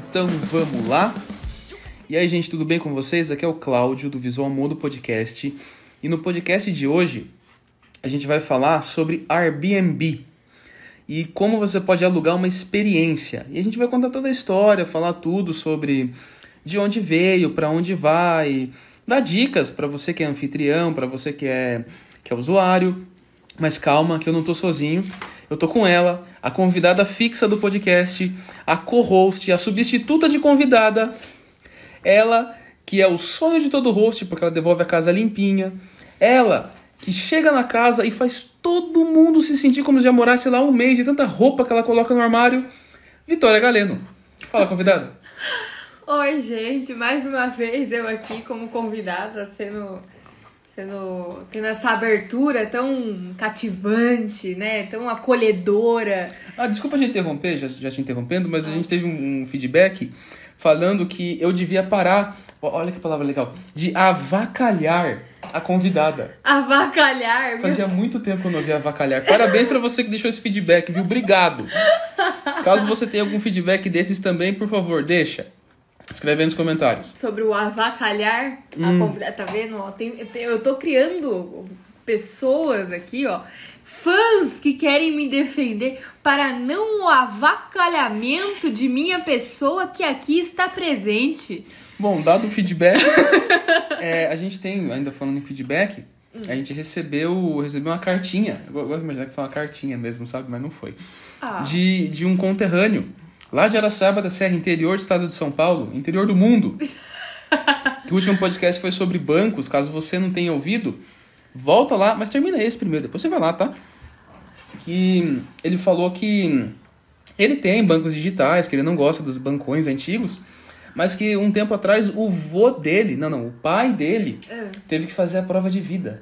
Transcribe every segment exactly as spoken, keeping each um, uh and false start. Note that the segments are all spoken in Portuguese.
Então vamos lá? E aí, gente, tudo bem com vocês? Aqui é o Cláudio, do Visual Modo Podcast. E no podcast de hoje, a gente vai falar sobre Airbnb e como você pode alugar uma experiência. E a gente vai contar toda a história, falar tudo sobre de onde veio, para onde vai, dar dicas para você que é anfitrião, para você que é, que é usuário. Mas calma, que eu não tô sozinho. Eu tô com ela, a convidada fixa do podcast, a co-host, a substituta de convidada. Ela, que é o sonho de todo host, porque ela devolve a casa limpinha. Ela, que chega na casa e faz todo mundo se sentir como se já morasse lá um mês de tanta roupa que ela coloca no armário. Vitória Galeno. Fala, convidada. Oi, gente. Mais uma vez eu aqui como convidada, sendo... Tendo, tendo essa abertura tão cativante, né? Tão acolhedora. Ah, desculpa te interromper, já, já te interrompendo, mas ah. a gente teve um, um feedback falando que eu devia parar, olha que palavra legal, de avacalhar a convidada. Avacalhar? Viu? Fazia muito tempo que eu não via avacalhar. Parabéns pra você que deixou esse feedback, viu? Obrigado. Caso você tenha algum feedback desses também, por favor, deixa. Escreve aí nos comentários. Sobre o avacalhar, hum. a convidada, tá vendo? Ó, tem, eu tô criando pessoas aqui, ó, fãs que querem me defender para não o avacalhamento de minha pessoa que aqui está presente. Bom, dado o feedback, é, a gente tem, ainda falando em feedback, hum. a gente recebeu, recebeu uma cartinha, eu gosto de imaginar que foi uma cartinha mesmo, sabe? Mas não foi. Ah. De, de um conterrâneo. Lá de Araçaba da Serra, interior do estado de São Paulo, interior do mundo. Que o último podcast foi sobre bancos, caso você não tenha ouvido, volta lá, mas termina esse primeiro, depois você vai lá, tá? Que ele falou que ele tem bancos digitais, que ele não gosta dos bancões antigos, mas que um tempo atrás o vô dele, não, não, o pai dele, uh. teve que fazer a prova de vida.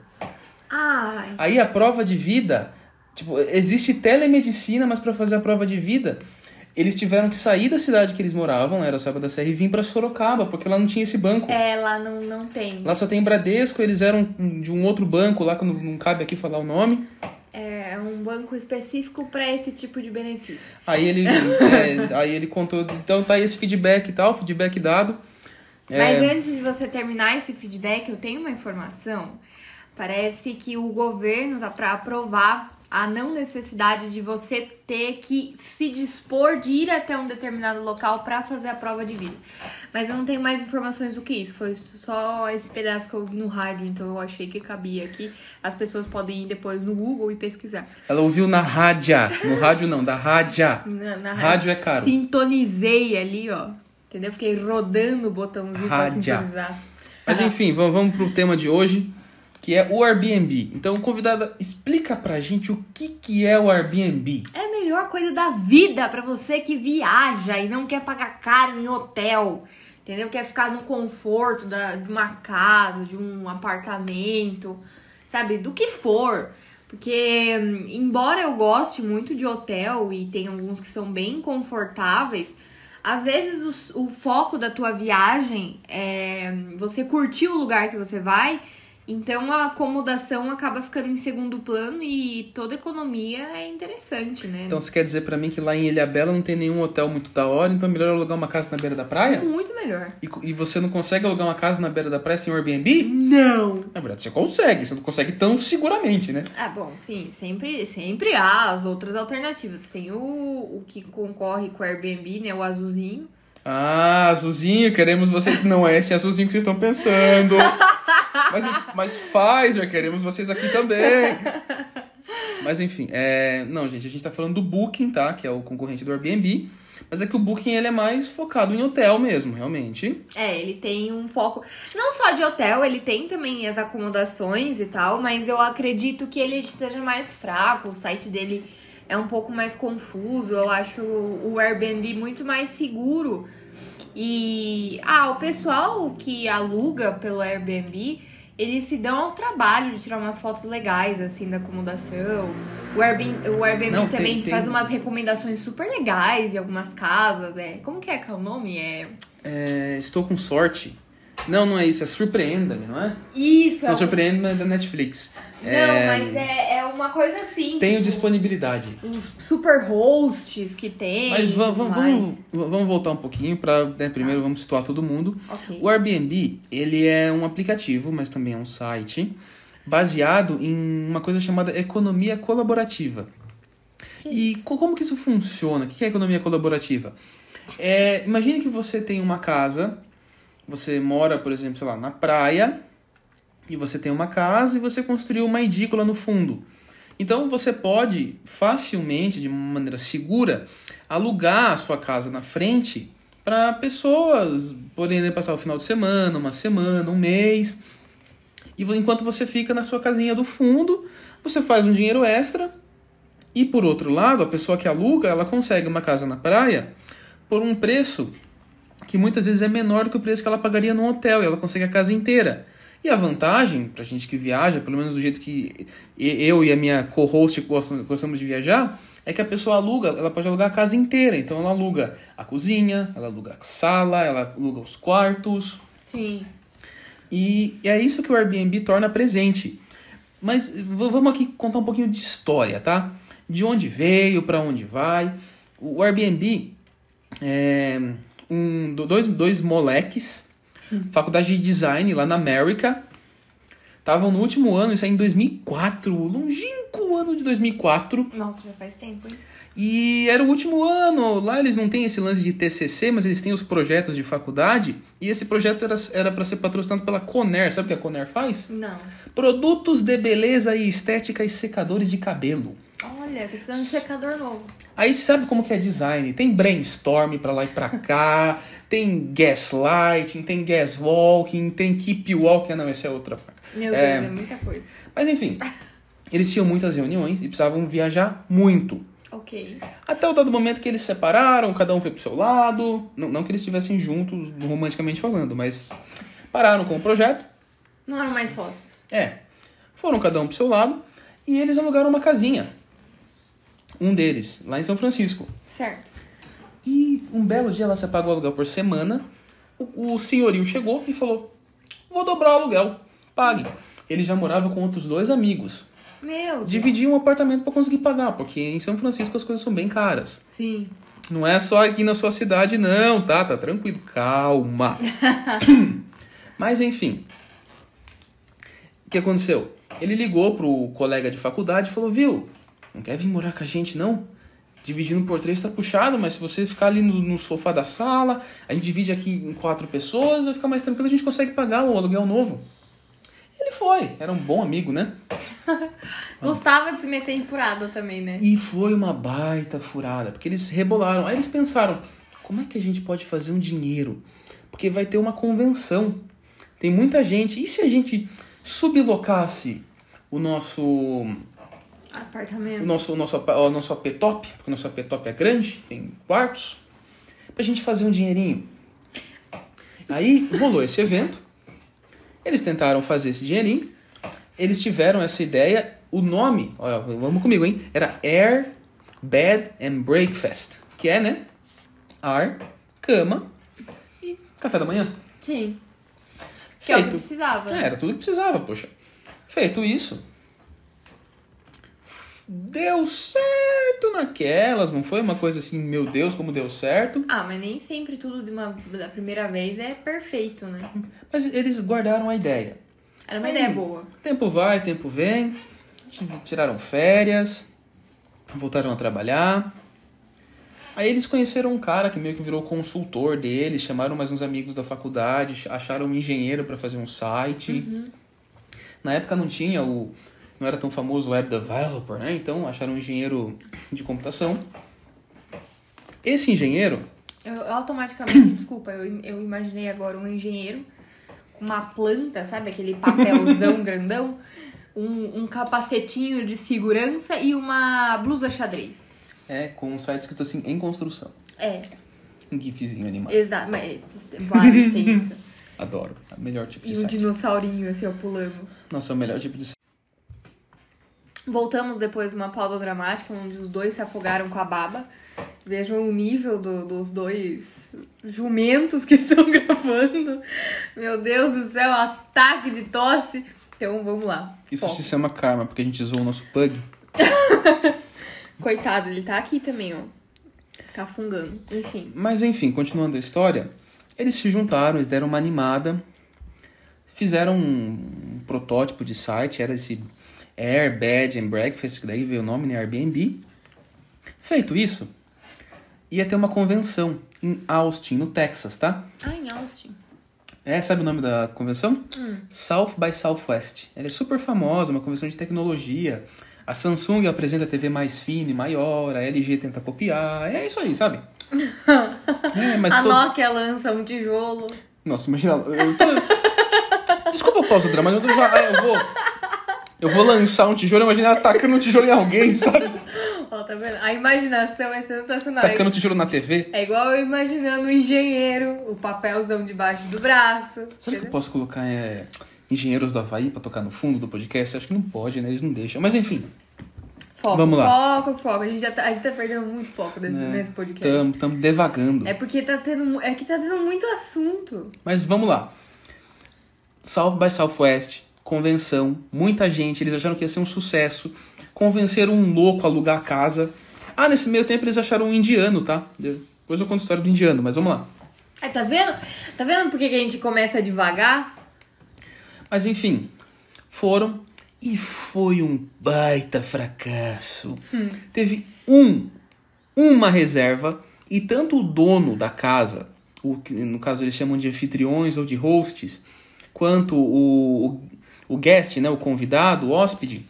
Ai. Aí a prova de vida, tipo, existe telemedicina, mas para fazer a prova de vida... Eles tiveram que sair da cidade que eles moravam, lá era Araçaba da Serra, e vir pra Sorocaba, porque lá não tinha esse banco. É, lá não, não tem. Lá só tem Bradesco, eles eram de um outro banco lá, que não, não cabe aqui falar o nome. É, um banco específico para esse tipo de benefício. Aí ele, é, aí ele contou, então tá aí esse feedback e tal, feedback dado. Mas é... antes de você terminar esse feedback, eu tenho uma informação. Parece que o governo tá para aprovar a não necessidade de você ter que se dispor de ir até um determinado local para fazer a prova de vida. Mas eu não tenho mais informações do que isso. Foi só esse pedaço que eu ouvi no rádio, então eu achei que cabia aqui. As pessoas podem ir depois no Google e pesquisar. Ela ouviu na rádio. No rádio não, da rádia. Na, na rádio é caro. Sintonizei ali, ó. Entendeu? Fiquei rodando o botãozinho para sintonizar. Mas enfim, vamos, vamos pro tema de hoje, que é o Airbnb. Então, convidada, explica pra gente o que, que é o Airbnb. É a melhor coisa da vida pra você que viaja e não quer pagar caro em hotel, entendeu? Quer ficar no conforto da, de uma casa, de um apartamento, sabe? Do que for. Porque, embora eu goste muito de hotel e tem alguns que são bem confortáveis, às vezes o, o foco da tua viagem é você curtir o lugar que você vai. Então a acomodação acaba ficando em segundo plano e toda economia é interessante, né? Então você quer dizer pra mim que lá em Ilhabela não tem nenhum hotel muito da hora, então é melhor alugar uma casa na beira da praia? Muito melhor. E, e você não consegue alugar uma casa na beira da praia sem um Airbnb? Não! Na verdade você consegue, você não consegue tão seguramente, né? Ah, bom, sim, sempre, sempre há as outras alternativas. Tem o, o que concorre com o Airbnb, né? O azulzinho. Ah, azulzinho, queremos você que não é esse azulzinho que vocês estão pensando. Mas, mas Pfizer, queremos vocês aqui também. Mas enfim, é... não, gente, a gente tá falando do Booking, tá? Que é o concorrente do Airbnb. Mas é que o Booking, ele é mais focado em hotel mesmo, realmente. É, ele tem um foco... Não só de hotel, ele tem também as acomodações e tal. Mas eu acredito que ele esteja mais fraco. O site dele é um pouco mais confuso. Eu acho o Airbnb muito mais seguro. E, ah, o pessoal que aluga pelo Airbnb, eles se dão ao trabalho de tirar umas fotos legais, assim, da acomodação. O Airbnb, o Airbnb Não, também tem, faz tem... umas recomendações super legais de algumas casas, né? Como que é que é o nome? É... é... Estou com sorte. Não, não é isso, é Surpreenda-me, não é? Isso, é Não, um... Surpreenda-me é da Netflix. Não, É, mas é, é uma coisa assim. Tenho tipo, disponibilidade. os super hosts que tem. Mas vamos, tudo vamos, mais. vamos, vamos voltar um pouquinho para, né, primeiro vamos situar todo mundo. Ok. O Airbnb, ele é um aplicativo, mas também é um site baseado em uma coisa chamada economia colaborativa. Que E isso? co- como que isso funciona? O que é economia colaborativa? É, imagine que você tem uma casa, você mora, por exemplo, sei lá, na praia, e você tem uma casa e você construiu uma edícula no fundo. Então você pode facilmente, de uma maneira segura, alugar a sua casa na frente para pessoas poderem passar o final de semana, uma semana, um mês. E vo- enquanto você fica na sua casinha do fundo, você faz um dinheiro extra. E por outro lado, a pessoa que aluga, ela consegue uma casa na praia por um preço que muitas vezes é menor do que o preço que ela pagaria no hotel. E ela consegue a casa inteira. E a vantagem, pra gente que viaja, pelo menos do jeito que eu e a minha co-host gostam- gostamos de viajar, é que a pessoa aluga, ela pode alugar a casa inteira. Então ela aluga a cozinha, ela aluga a sala, ela aluga os quartos. Sim. E é isso que o Airbnb torna presente. Mas v- vamos aqui contar um pouquinho de história, tá? De onde veio, pra onde vai. O Airbnb é um, do- dois, dois moleques, faculdade de design lá na América. Estavam no último ano, isso aí em dois mil e quatro, longínquo ano de dois mil e quatro. Nossa, já faz tempo, hein? E era o último ano, lá eles não têm esse lance de T C C, mas eles têm os projetos de faculdade. E esse projeto era era para ser patrocinado pela Conair. Sabe o que a Conair faz? Não. Produtos de beleza e estética e secadores de cabelo. Olha, eu tô precisando de secador novo. Aí sabe como que é design? Tem brainstorm pra lá e pra cá, tem gaslighting, tem gas walking, tem keep walking. Ah, não, esse é outra parte. Meu É. Deus, é muita coisa. Mas enfim, eles tinham muitas reuniões e precisavam viajar muito. Ok. Até o dado momento que eles separaram, cada um foi pro seu lado. Não, não que eles estivessem juntos, romanticamente falando, mas pararam com o projeto. Não eram mais sócios. É, foram cada um pro seu lado e eles alugaram uma casinha. Um deles, lá em São Francisco. Certo. E um belo dia ela se pagou o aluguel por semana. O, o senhorio chegou e falou: vou dobrar o aluguel, pague. Ele já morava com outros dois amigos. Meu Deus. Dividiam um apartamento para conseguir pagar, porque em São Francisco as coisas são bem caras. Sim. Não é só aqui na sua cidade, não, tá? Tá tranquilo, calma. Mas enfim. O que aconteceu? Ele ligou pro colega de faculdade e falou: viu, não quer vir morar com a gente, não? Dividindo por três tá puxado, mas se você ficar ali no, no sofá da sala, a gente divide aqui em quatro pessoas, vai ficar mais tranquilo, a gente consegue pagar o aluguel novo. Ele foi, era um bom amigo, né? Gostava de se meter em furada também, né? E foi uma baita furada, porque eles rebolaram. Aí eles pensaram, como é que a gente pode fazer um dinheiro? Porque vai ter uma convenção. Tem muita gente. E se a gente sublocasse o nosso... Apartamento. O nosso, o nosso, o nosso A P top, porque o nosso A P top é grande, tem quartos, pra gente fazer um dinheirinho. Aí rolou esse evento, eles tentaram fazer esse dinheirinho, eles tiveram essa ideia, o nome, olha, vamos comigo, hein? Era Air, Bed and Breakfast, que é, né? Ar, cama e café da manhã. Sim. Que é o que Feito. precisava. É, era tudo que precisava, poxa. Feito isso, deu certo naquelas, não foi uma coisa assim, meu Deus, como deu certo. Ah, mas nem sempre tudo de uma, da primeira vez é perfeito, né? Mas eles guardaram a ideia. Era uma Aí, ideia boa. Tempo vai, tempo vem, tiraram férias, voltaram a trabalhar. Aí eles conheceram um cara que meio que virou consultor deles, chamaram mais uns amigos da faculdade, acharam um engenheiro para fazer um site. Uhum. Na época não tinha o... Não era tão famoso o web developer, né? Então acharam um engenheiro de computação. Esse engenheiro... Eu, eu automaticamente, desculpa, eu, eu imaginei agora um engenheiro com uma planta, sabe? Aquele papelzão grandão, um, um capacetinho de segurança e uma blusa xadrez. É, com um site escrito assim, em construção. É, Um gifzinho animado. exato. Mas vários tem isso. Adoro. É o melhor tipo de E um site. dinossaurinho assim, ó, pulando. Nossa, é o melhor tipo de site. Voltamos depois de uma pausa dramática, onde os dois se afogaram com a baba. Vejam o nível do, dos dois jumentos que estão gravando. Meu Deus do céu, ataque de tosse. Então, vamos lá. Isso Foco. se chama karma, porque a gente zoou o nosso pug. Coitado, ele tá aqui também, ó. Cafungando. Enfim. Mas, enfim, continuando a história, eles se juntaram, eles deram uma animada, fizeram um, um protótipo de site, era esse Air, Bed and Breakfast, que daí veio o nome, né, Airbnb. Feito isso, ia ter uma convenção em Austin, no Texas, tá? Ah, em Austin. É, sabe o nome da convenção? Hum. South by Southwest. Ela é super famosa, uma convenção de tecnologia. A Samsung apresenta a T V mais fina e maior, a L G tenta copiar, é isso aí, sabe? É, mas a tô... Nokia lança um tijolo. Nossa, imagina... Eu tô... Desculpa a pausa drama, mas eu, tô... ah, eu vou... Eu vou lançar um tijolo, imagina atacando um tijolo em alguém, sabe? Ó, tá vendo? A imaginação é sensacional. Tacando um tijolo na T V. É igual eu imaginando o engenheiro, o papelzão debaixo do braço. Será entendeu? que eu posso colocar é, Engenheiros do Havaí pra tocar no fundo do podcast? Acho que não pode, né? Eles não deixam. Mas enfim. Foco, Vamos lá. foco, foco. A gente já tá, a gente tá perdendo muito foco nesse, É, nesse podcast. Estamos devagando. É porque tá tendo, é que tá tendo muito assunto. Mas vamos lá. South by Southwest, convenção, muita gente, eles acharam que ia ser um sucesso. Convenceram um louco a alugar a casa. Ah, nesse meio tempo eles acharam um indiano, tá? Depois eu conto a história do indiano, mas vamos lá. Aí, tá vendo? Tá vendo por que que a gente começa devagar? Mas enfim, foram e foi um baita fracasso. Hum. Teve um, uma reserva e tanto o dono da casa, o que no caso eles chamam de anfitriões ou de hosts, quanto o, o, o guest, né, o convidado, o hóspede,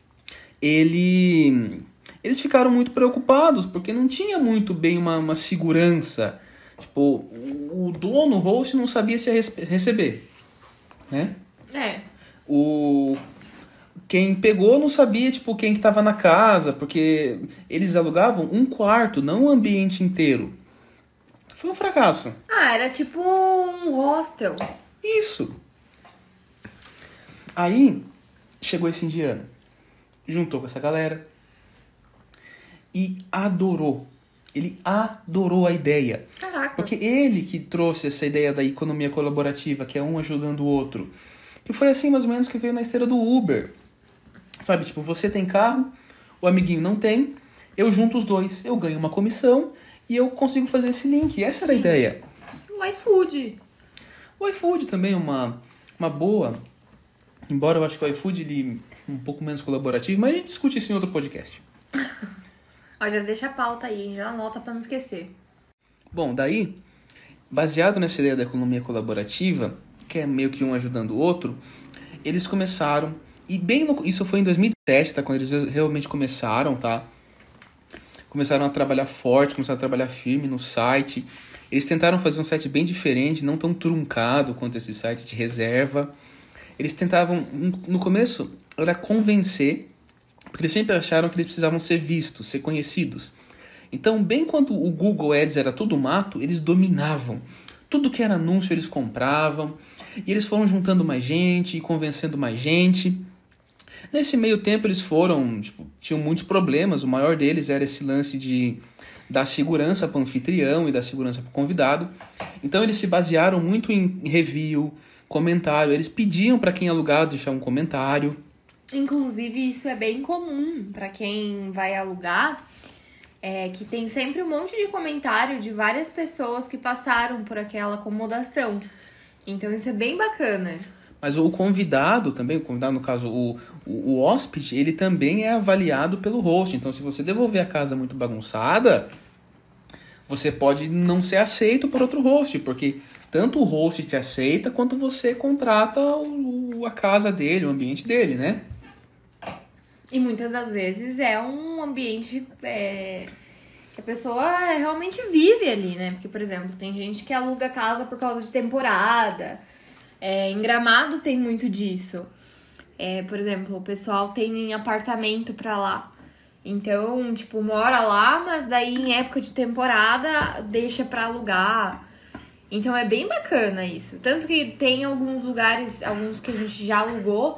ele, eles ficaram muito preocupados porque não tinha muito bem uma, uma segurança. Tipo, o dono, o host, não sabia se ia receber, né? É. O... Quem pegou não sabia, tipo, quem que tava na casa, porque eles alugavam um quarto, não o ambiente inteiro. Foi um fracasso. Ah, era tipo um hostel. Isso. Aí, chegou esse indiano, juntou com essa galera e adorou. Ele adorou a ideia. Caraca. Porque ele que trouxe essa ideia da economia colaborativa, que é um ajudando o outro. Que foi assim, mais ou menos, que veio na esteira do Uber. Sabe, tipo, você tem carro, o amiguinho não tem, eu junto os dois, eu ganho uma comissão e eu consigo fazer esse link. Essa era a ideia. O iFood. O iFood também é uma, uma boa, embora eu acho que o iFood ele é um pouco menos colaborativo, mas a gente discute isso em outro podcast. Ó, já deixa a pauta aí, já anota pra não esquecer. Bom, daí, baseado nessa ideia da economia colaborativa, que é meio que um ajudando o outro, eles começaram, e bem no, isso foi em dois mil e sete, tá, quando eles realmente começaram, tá? Começaram a trabalhar forte, começaram a trabalhar firme no site. Eles tentaram fazer um site bem diferente, não tão truncado quanto esse site de reserva. Eles tentavam, no começo, era convencer, porque eles sempre acharam que eles precisavam ser vistos, ser conhecidos. Então, bem quando o Google Ads era tudo mato, eles dominavam. Tudo que era anúncio eles compravam. E eles foram juntando mais gente e convencendo mais gente. Nesse meio tempo eles foram, tipo, tinham muitos problemas. O maior deles era esse lance de dar segurança para o anfitrião e dar segurança para o convidado. Então eles se basearam muito em review, comentário. Eles pediam para quem alugava deixar um comentário. Inclusive, isso é bem comum para quem vai alugar. É que tem sempre um monte de comentário de várias pessoas que passaram por aquela acomodação. Então isso é bem bacana. Mas o convidado também, o convidado no caso, o, o, o hóspede, ele também é avaliado pelo host. Então se você devolver a casa muito bagunçada, você pode não ser aceito por outro host, porque tanto o host te aceita quanto você contrata o, a casa dele, o ambiente dele, né? E muitas das vezes é um ambiente é, que a pessoa realmente vive ali, né? Porque, por exemplo, tem gente que aluga casa por causa de temporada. É, em Gramado tem muito disso. É, por exemplo, o pessoal tem apartamento pra lá. Então, tipo, mora lá, mas daí em época de temporada deixa pra alugar. Então é bem bacana isso. Tanto que tem alguns lugares, alguns que a gente já alugou,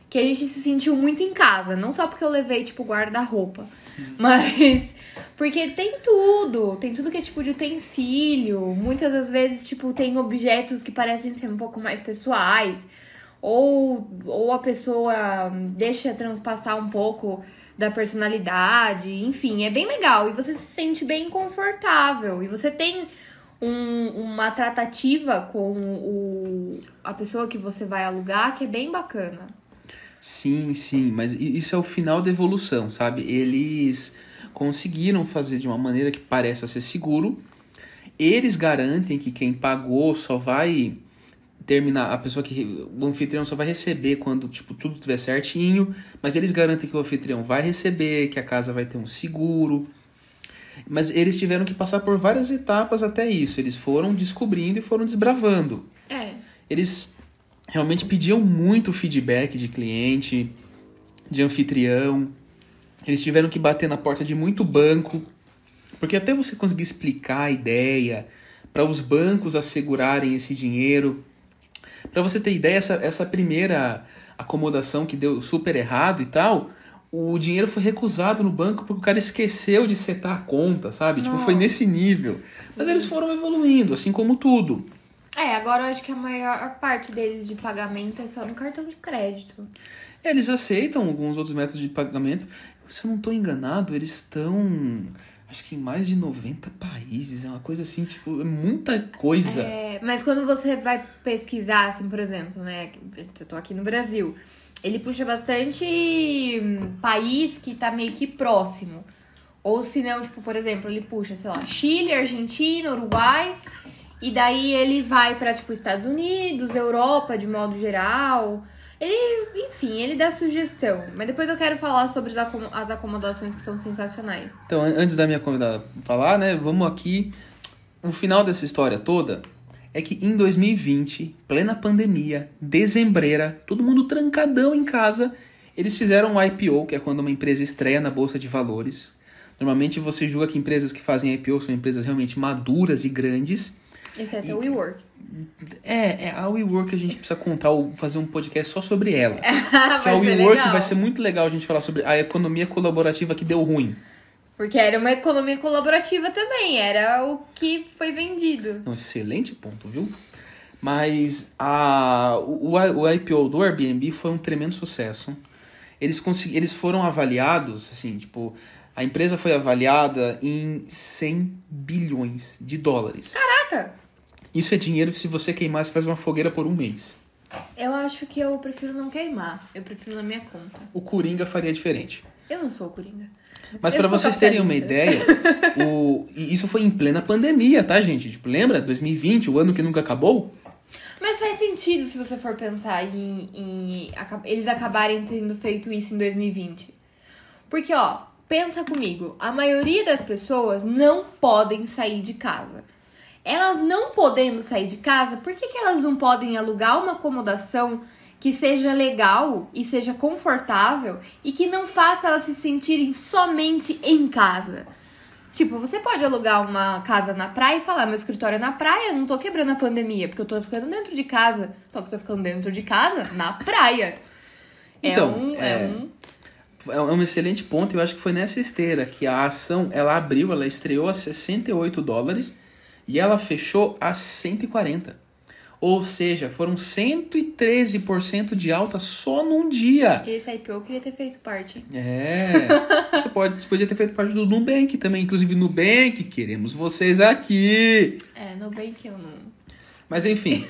que a gente se sentiu muito em casa. Não só porque eu levei, tipo, guarda-roupa, mas porque tem tudo. Tem tudo que é tipo de utensílio. Muitas das vezes, tipo, tem objetos que parecem ser um pouco mais pessoais. Ou, ou a pessoa deixa transpassar um pouco da personalidade. Enfim, é bem legal. E você se sente bem confortável. E você tem um, uma tratativa com o, a pessoa que você vai alugar que é bem bacana. Sim, sim, mas isso é o final da evolução, sabe? Eles conseguiram fazer de uma maneira que pareça ser seguro. Eles garantem que quem pagou só vai terminar, a pessoa que, o anfitrião só vai receber quando, tipo, tudo estiver certinho, mas eles garantem que o anfitrião vai receber, que a casa vai ter um seguro. Mas eles tiveram que passar por várias etapas até isso. Eles foram descobrindo e foram desbravando. É. Eles realmente pediam muito feedback de cliente, de anfitrião. Eles tiveram que bater na porta de muito banco, porque até você conseguir explicar a ideia, para os bancos assegurarem esse dinheiro. Para você ter ideia, essa, essa primeira acomodação que deu super errado e tal, o dinheiro foi recusado no banco porque o cara esqueceu de setar a conta, sabe? Tipo, foi nesse nível. Mas eles foram evoluindo, assim como tudo. É, agora eu acho que a maior parte deles de pagamento é só no cartão de crédito. Eles aceitam alguns outros métodos de pagamento. Se eu não estou enganado, eles estão, acho que em mais de noventa países. É uma coisa assim, tipo, é muita coisa. É, mas quando você vai pesquisar, assim, por exemplo, né? Eu tô aqui no Brasil. Ele puxa bastante país que tá meio que próximo. Ou se não, tipo, por exemplo, ele puxa, sei lá, Chile, Argentina, Uruguai. E daí ele vai pra, tipo, Estados Unidos, Europa, de modo geral. Ele, enfim, ele dá sugestão. Mas depois eu quero falar sobre as acomodações que são sensacionais. Então, antes da minha convidada falar, né, vamos aqui. O final dessa história toda é que em dois mil e vinte, plena pandemia, dezembreira, todo mundo trancadão em casa, eles fizeram um I P O, que é quando uma empresa estreia na Bolsa de Valores. Normalmente você julga que empresas que fazem I P O são empresas realmente maduras e grandes. Exceto a WeWork. É, é, a WeWork a gente precisa contar, fazer um podcast só sobre ela. Que a Vai ser WeWork legal. vai ser muito legal a gente falar sobre a economia colaborativa que deu ruim. Porque era uma economia colaborativa também, era o que foi vendido. Um excelente ponto, viu? Mas a, o, o I P O do Airbnb foi um tremendo sucesso. Eles, consegui, eles foram avaliados, assim, tipo, a empresa foi avaliada em cem bilhões de dólares. Caraca! Isso é dinheiro que se você queimar, você faz uma fogueira por um mês. Eu acho que eu prefiro não queimar. Eu prefiro na minha conta. O Coringa faria diferente. Eu não sou o Coringa. Mas Eu para sou vocês terem uma capitalista. ideia, o, e isso foi em plena pandemia, tá, gente? Tipo, lembra? dois mil e vinte, o ano que nunca acabou? Mas faz sentido se você for pensar em, em aca- eles acabarem tendo feito isso em dois mil e vinte. Porque, ó, pensa comigo. A maioria das pessoas não podem sair de casa. Elas não podendo sair de casa, por que que elas não podem alugar uma acomodação que seja legal e seja confortável e que não faça elas se sentirem somente em casa? Tipo, você pode alugar uma casa na praia e falar, meu escritório é na praia, eu não tô quebrando a pandemia, porque eu tô ficando dentro de casa. Só que eu tô ficando dentro de casa na praia. Então, é um... É, é- um... É um excelente ponto, e eu acho que foi nessa esteira que a ação, ela abriu, ela estreou a sessenta e oito dólares e ela fechou a cento e quarenta. Ou seja, foram cento e treze por cento de alta só num dia. Esse I P O eu queria ter feito parte. É, você, pode, você podia ter feito parte do Nubank também, inclusive Nubank, queremos vocês aqui. É, no bem que eu não... Mas enfim,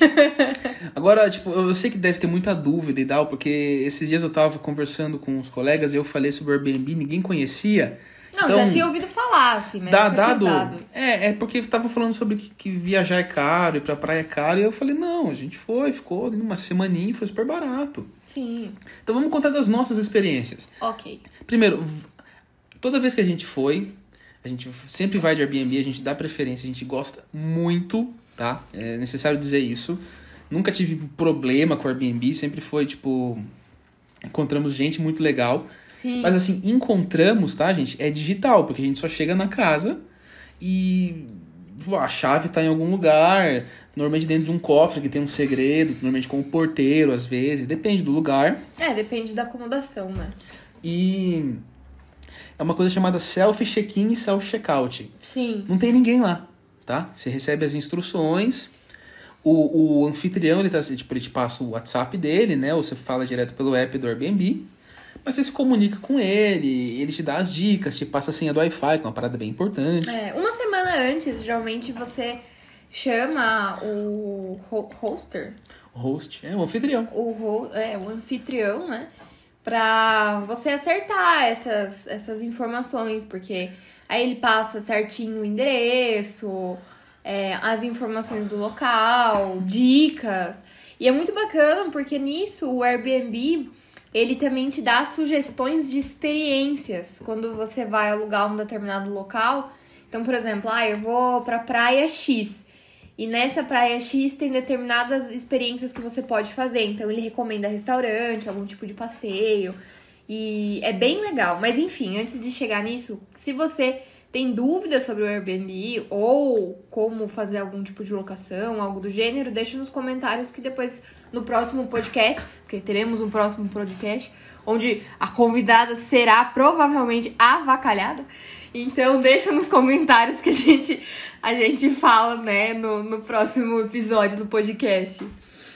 agora, tipo, eu sei que deve ter muita dúvida e tal, porque esses dias eu tava conversando com uns colegas e eu falei sobre o Airbnb, ninguém conhecia. Não, Então, já tinha ouvido falar, assim, mas dá, nunca tinha dado, usado. é, é porque tava falando sobre que, que viajar é caro, ir pra praia é caro, e eu falei, não, a gente foi, ficou uma semaninha e foi super barato. Sim, Então vamos contar das nossas experiências. ok. Primeiro, v- toda vez que a gente foi, a gente sempre vai de Airbnb, a gente dá preferência, a gente gosta muito, tá? É necessário dizer isso. Nunca tive problema com o Airbnb, sempre foi, tipo, encontramos gente muito legal. Sim. Mas assim, encontramos, tá, gente? É digital, porque a gente só chega na casa e tipo, a chave tá em algum lugar, normalmente dentro de um cofre que tem um segredo, normalmente com o porteiro, às vezes, depende do lugar. É, depende da acomodação, né? E é uma coisa chamada self-check-in e self-checkout. Sim. Não tem ninguém lá, tá? Você recebe as instruções, o, o anfitrião, ele, tá, tipo, ele te passa o WhatsApp dele, né? Ou você fala direto pelo app do Airbnb, mas você se comunica com ele, ele te dá as dicas, te passa a senha do Wi-Fi, que é uma parada bem importante. É, uma semana antes, geralmente, você chama o ho- hoster, O host é o anfitrião. o, ho- é, o anfitrião, né? Pra você acertar essas, essas informações, porque aí ele passa certinho o endereço, é, as informações do local, dicas. E é muito bacana, porque nisso o Airbnb, ele também te dá sugestões de experiências quando você vai alugar um determinado local. Então, por exemplo, ah, eu vou pra praia X. E nessa praia X tem determinadas experiências que você pode fazer. Então, ele recomenda restaurante, algum tipo de passeio. E é bem legal. Mas, enfim, antes de chegar nisso, se você tem dúvidas sobre o Airbnb ou como fazer algum tipo de locação, algo do gênero, deixa nos comentários que depois, no próximo podcast, porque teremos um próximo podcast, onde a convidada será provavelmente avacalhada. Então, deixa nos comentários que a gente, a gente fala, né, no, no próximo episódio do podcast.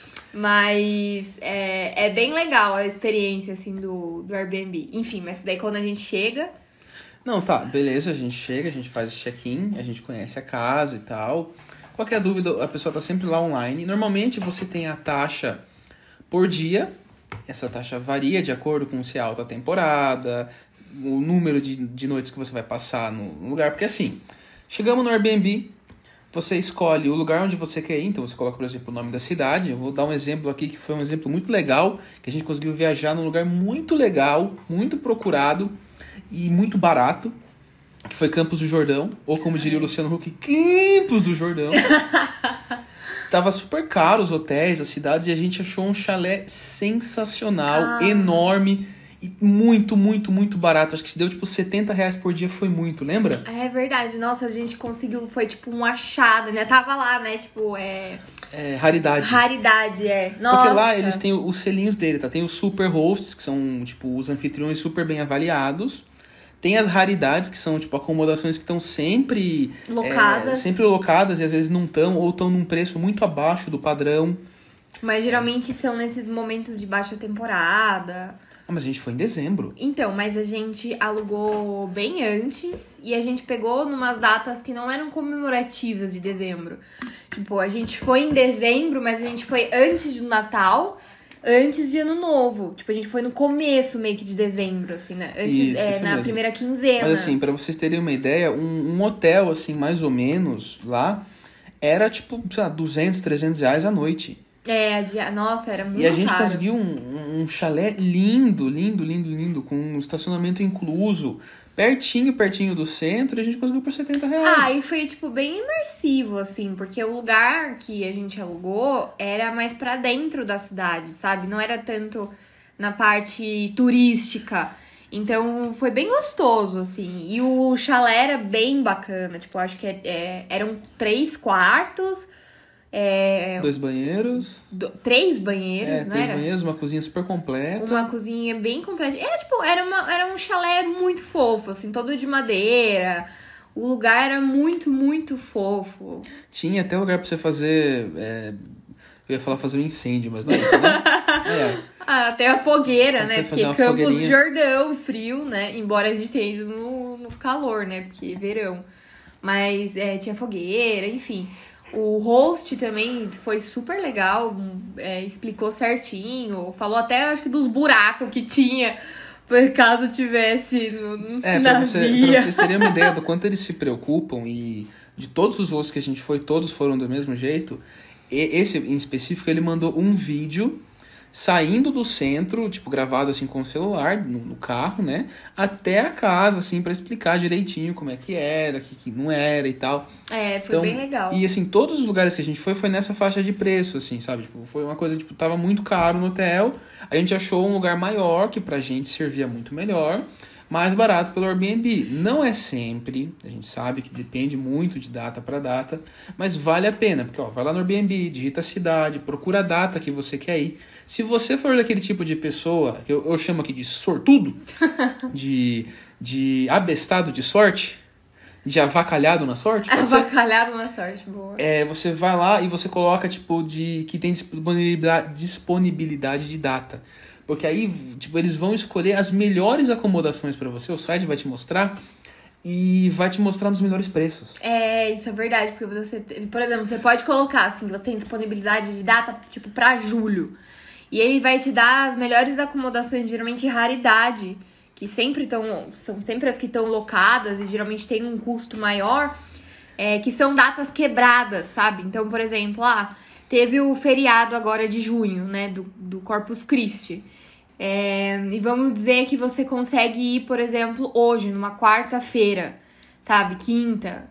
Mas é, é bem legal a experiência, assim, do, do Airbnb. Enfim, mas daí quando a gente chega... Não, tá, beleza, a gente chega, a gente faz o check-in, a gente conhece a casa e tal. Qualquer dúvida, a pessoa tá sempre lá online. Normalmente você tem a taxa por dia. Essa taxa varia de acordo com se é alta temporada, o número de, de noites que você vai passar no lugar. Porque assim, chegamos no Airbnb, você escolhe o lugar onde você quer ir. Então você coloca, por exemplo, o nome da cidade. Eu vou dar um exemplo aqui que foi um exemplo muito legal, que a gente conseguiu viajar num lugar muito legal, muito procurado e muito barato, que foi Campos do Jordão, ou como diria o Luciano Huck, Campos do Jordão. Tava super caro os hotéis, as cidades, e a gente achou um chalé sensacional, ah. enorme, e muito, muito, muito barato. Acho que se deu, tipo, setenta reais por dia, foi muito, lembra? É verdade. Nossa, a gente conseguiu, foi, tipo, um achado, né? Tava lá, né? Tipo, é... É, raridade. Raridade, é. Nossa. Porque lá eles têm os selinhos dele, tá? Tem os super hosts, que são, tipo, os anfitriões super bem avaliados. Tem as raridades, que são, tipo, acomodações que estão sempre... Locadas. É, sempre locadas e às vezes não estão, ou estão num preço muito abaixo do padrão. Mas geralmente são nesses momentos de baixa temporada. Ah, mas a gente foi em dezembro. Então, mas a gente alugou bem antes e a gente pegou numas datas que não eram comemorativas de dezembro. Tipo, a gente foi em dezembro, mas a gente foi antes do Natal... Antes de Ano Novo. Tipo, a gente foi no começo meio que de dezembro, assim, né? Antes, isso, é, isso na mesmo. primeira quinzena. Mas assim, pra vocês terem uma ideia, um, um hotel, assim, mais ou menos, lá, era tipo, sei lá, duzentos, trezentos reais a noite. É, a dia... nossa, era muito caro. E a gente caro. conseguiu um, um chalé lindo, lindo, lindo, lindo, com um estacionamento incluso, pertinho, pertinho do centro, e a gente conseguiu por setenta reais. Ah, e foi, tipo, bem imersivo, assim, porque o lugar que a gente alugou era mais pra dentro da cidade, sabe? Não era tanto na parte turística. Então, foi bem gostoso, assim. E o chalé era bem bacana, tipo, acho que é, é, eram três quartos... É, Dois banheiros. Do, três banheiros, é, né? Três era? banheiros, uma cozinha super completa. Uma cozinha bem completa. É, tipo, era, uma, era um chalé muito fofo, assim, todo de madeira. O lugar era muito, muito fofo. Tinha até lugar pra você fazer... É, eu ia falar fazer um incêndio, mas não é isso, né? é. Ah, até a fogueira, pra né? Porque Campos do Jordão, frio, né? Embora a gente tenha ido no, no calor, né? Porque é verão. Mas é, tinha fogueira, enfim... O host também foi super legal, é, explicou certinho, falou até, acho que, dos buracos que tinha, por caso tivesse no, é, na pra, você, via. pra vocês terem uma ideia do quanto eles se preocupam, e de todos os voos que a gente foi, todos foram do mesmo jeito, e esse em específico, ele mandou um vídeo saindo do centro, tipo, gravado assim com o celular, no, no carro, né, até a casa, assim, pra explicar direitinho como é que era, o que, que não era e tal. É, foi então, bem legal. E, assim, todos os lugares que a gente foi, foi nessa faixa de preço, assim, sabe? Tipo, foi uma coisa, tipo, tava muito caro no hotel, a gente achou um lugar maior, que pra gente servia muito melhor, mais barato pelo Airbnb. Não é sempre, a gente sabe que depende muito de data para data, mas vale a pena, porque ó, vai lá no Airbnb, digita a cidade, procura a data que você quer ir. Se você for daquele tipo de pessoa, que eu, eu chamo aqui de sortudo, de, de abestado de sorte, de avacalhado na sorte, pode ser? Avacalhado na sorte, boa. É, você vai lá e você coloca, tipo, de que tem disponibilidade, disponibilidade de data. Porque aí, tipo, eles vão escolher as melhores acomodações para você, o site vai te mostrar e vai te mostrar nos melhores preços. É, isso é verdade, porque você, por exemplo, você pode colocar, assim, você tem disponibilidade de data, tipo, pra julho. E ele vai te dar as melhores acomodações, geralmente raridade, que sempre estão, são sempre as que estão locadas e geralmente tem um custo maior, é, que são datas quebradas, sabe? Então, por exemplo, ah, teve o feriado agora de junho, né, do, do Corpus Christi. É, e vamos dizer que você consegue ir, por exemplo, hoje, numa quarta-feira, sabe? Quinta.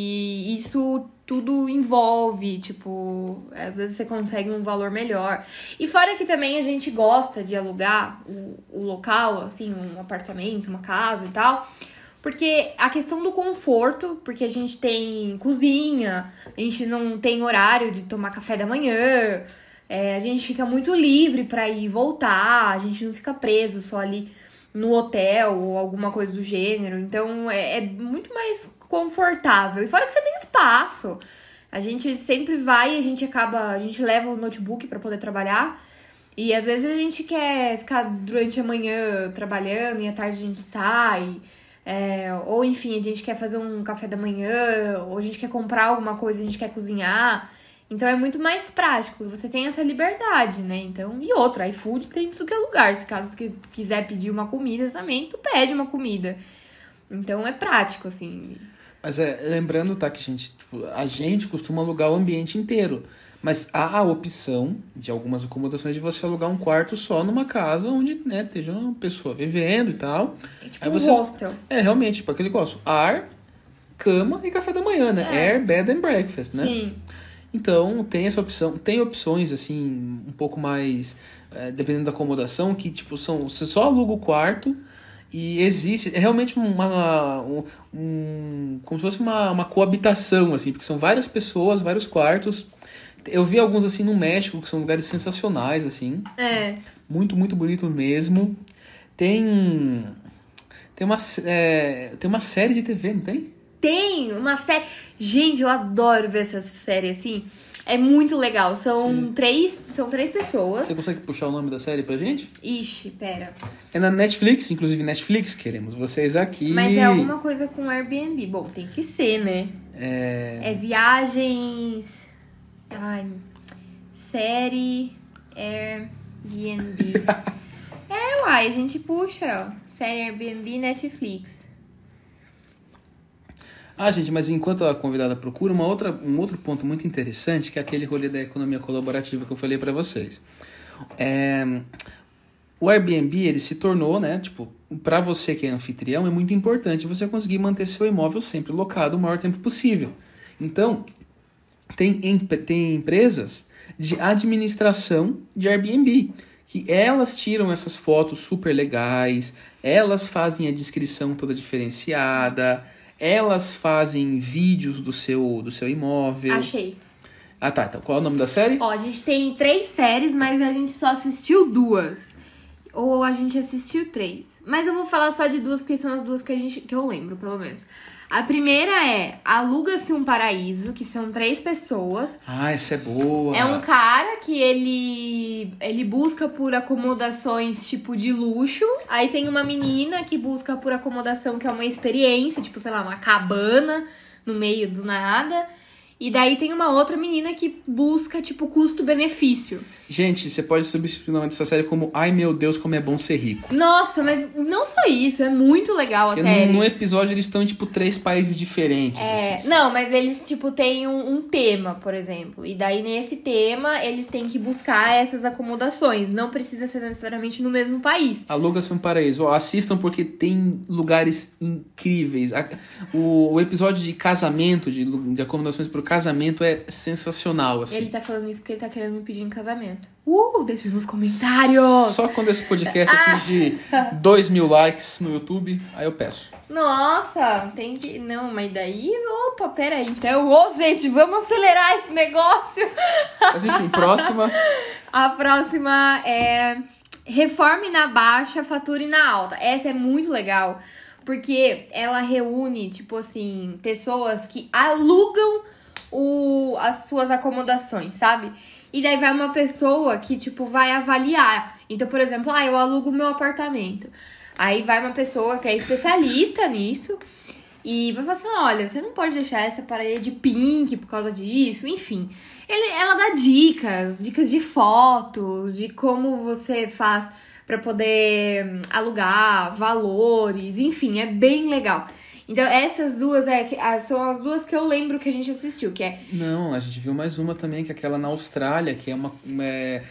E isso tudo envolve, tipo, às vezes você consegue um valor melhor. E fora que também a gente gosta de alugar o, o local, assim, um apartamento, uma casa e tal, porque a questão do conforto, porque a gente tem cozinha, a gente não tem horário de tomar café da manhã, é, a gente fica muito livre pra ir e voltar, a gente não fica preso só ali no hotel ou alguma coisa do gênero. Então é, é muito mais confortável. E fora que você tem espaço. A gente sempre vai e a gente acaba... A gente leva o notebook pra poder trabalhar. E às vezes a gente quer ficar durante a manhã trabalhando e à tarde a gente sai. É, ou enfim, a gente quer fazer um café da manhã. Ou a gente quer comprar alguma coisa, a gente quer cozinhar. Então é muito mais prático. Você tem essa liberdade, né? Então, e outra, iFood tem tudo que é lugar. Se caso você quiser pedir uma comida também, tu pede uma comida. Então é prático, assim. Mas é, lembrando, tá, que a gente, tipo, a gente costuma alugar o ambiente inteiro. Mas há a opção de algumas acomodações de você alugar um quarto só numa casa onde, né, esteja uma pessoa vivendo e tal. É tipo Aí um você, hostel. É, realmente, tipo aquele negócio. Ar, cama e café da manhã, né? É. Air, bed and breakfast, né? Sim. Então, tem essa opção. Tem opções, assim, um pouco mais... É, dependendo da acomodação, que, tipo, são... Você só aluga o quarto e existe... É realmente uma... Um, um, como se fosse uma, uma coabitação, assim, porque são várias pessoas, vários quartos. Eu vi alguns, assim, no México, que são lugares sensacionais, assim. É. Muito, muito bonito mesmo. Tem... Tem uma, é, tem uma série de T V, não tem? Tem uma série... Gente, eu adoro ver essas séries, assim. É muito legal. São três, são três pessoas. Você consegue puxar o nome da série pra gente? Ixi, pera. É na Netflix, inclusive Netflix, queremos vocês aqui. Mas é alguma coisa com Airbnb. Bom, tem que ser, né? É... É viagens... Ai... Série... Airbnb. É, uai, a gente puxa, ó. Série Airbnb, Netflix. Ah, gente, mas enquanto a convidada procura, uma outra, um outro ponto muito interessante, que é aquele rolê da economia colaborativa que eu falei pra vocês. É, o Airbnb, ele se tornou, né, tipo, pra você que é anfitrião, é muito importante você conseguir manter seu imóvel sempre locado o maior tempo possível. Então, tem, tem empresas de administração de Airbnb, que elas tiram essas fotos super legais, elas fazem a descrição toda diferenciada, elas fazem vídeos do seu, do seu imóvel. Achei. Ah, tá. Então, qual é o nome da série? Ó, a gente tem três séries, mas a gente só assistiu duas. Ou a gente assistiu três. Mas eu vou falar só de duas, porque são as duas que, a gente, que eu lembro, pelo menos. A primeira é Aluga-se um Paraíso, que são três pessoas. Ah, essa é boa. É um cara que ele, ele busca por acomodações, tipo, de luxo. Aí tem uma menina que busca por acomodação, que é uma experiência, tipo, sei lá, uma cabana no meio do nada. E daí tem uma outra menina que busca, tipo, custo-benefício. Gente, você pode substituir o nome dessa série como Ai, meu Deus, como é bom ser rico. Nossa, mas não só isso, é muito legal a Porque série. No, no episódio eles estão em, tipo, três países diferentes. É, assim. não, mas eles, tipo, têm um, um tema, por exemplo. E daí, nesse tema, eles têm que buscar essas acomodações. Não precisa ser necessariamente no mesmo país. Aluga-se um Paraíso. Ó, assistam porque tem lugares incríveis. A- O, o episódio de casamento, de, lu- de acomodações para o casamento é sensacional, assim. Ele tá falando isso porque ele tá querendo me pedir em casamento. Uh, deixa nos comentários! Só quando esse podcast atingir dois mil likes no YouTube, aí eu peço. Nossa, tem que... Não, mas daí... Opa, peraí. Então, ô, gente, vamos acelerar esse negócio. Mas enfim, próxima. A próxima é... Reforme na baixa, fature na alta. Essa é muito legal, porque ela reúne, tipo assim, pessoas que alugam o, as suas acomodações, sabe? E daí vai uma pessoa que, tipo, vai avaliar. Então, por exemplo, ah, eu alugo o meu apartamento. Aí vai uma pessoa que é especialista nisso e vai falar assim, olha, você não pode deixar essa parede pink por causa disso, enfim. Ele, ela dá dicas, dicas de fotos, de como você faz pra poder alugar, valores, enfim, é bem legal. Então, essas duas é, são as duas que eu lembro que a gente assistiu, que é... Não, a gente viu mais uma também, que é aquela na Austrália, que é uma... É...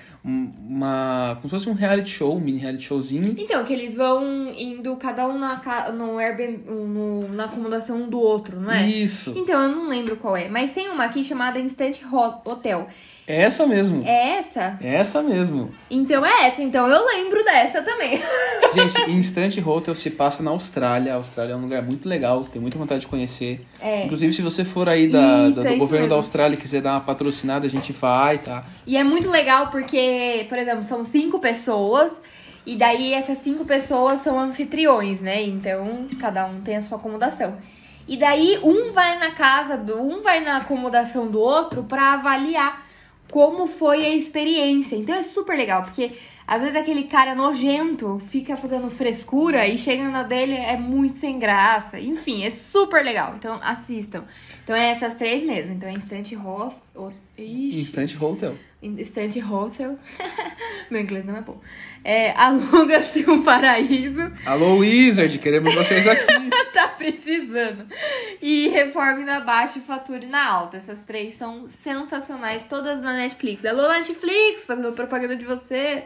uma como se fosse um reality show, um mini reality showzinho. Então, que eles vão indo cada um na, no Airbnb, no, na acomodação um do outro, não é? Isso. Então, eu não lembro qual é. Mas tem uma aqui chamada Instant Hotel. É essa mesmo. É essa? É essa mesmo. Então é essa. Então eu lembro dessa também. Gente, Instant Hotel se passa na Austrália. A Austrália é um lugar muito legal, tenho muita vontade de conhecer. É. Inclusive, se você for aí da, Isso, da, é do isso governo mesmo. da Austrália e quiser dar uma patrocinada, a gente vai, tá? E é muito legal porque, por exemplo, são cinco pessoas. E daí essas cinco pessoas são anfitriões, né? Então, cada um tem a sua acomodação. E daí, um vai na casa do... Um vai na acomodação do outro pra avaliar como foi a experiência. Então é super legal, porque às vezes aquele cara nojento fica fazendo frescura e chega na dele é muito sem graça. Enfim, é super legal. Então assistam. Então é essas três mesmo. Então é Instant Hotel. Instant Hotel. Instant Hotel. Meu inglês não é bom. É, Aluga-se um Paraíso. Alô, Wizard, queremos vocês aqui. Tá precisando. E Reforme na baixa e fature na alta. Essas três são sensacionais, todas na Netflix. Alô, Netflix, fazendo propaganda de você.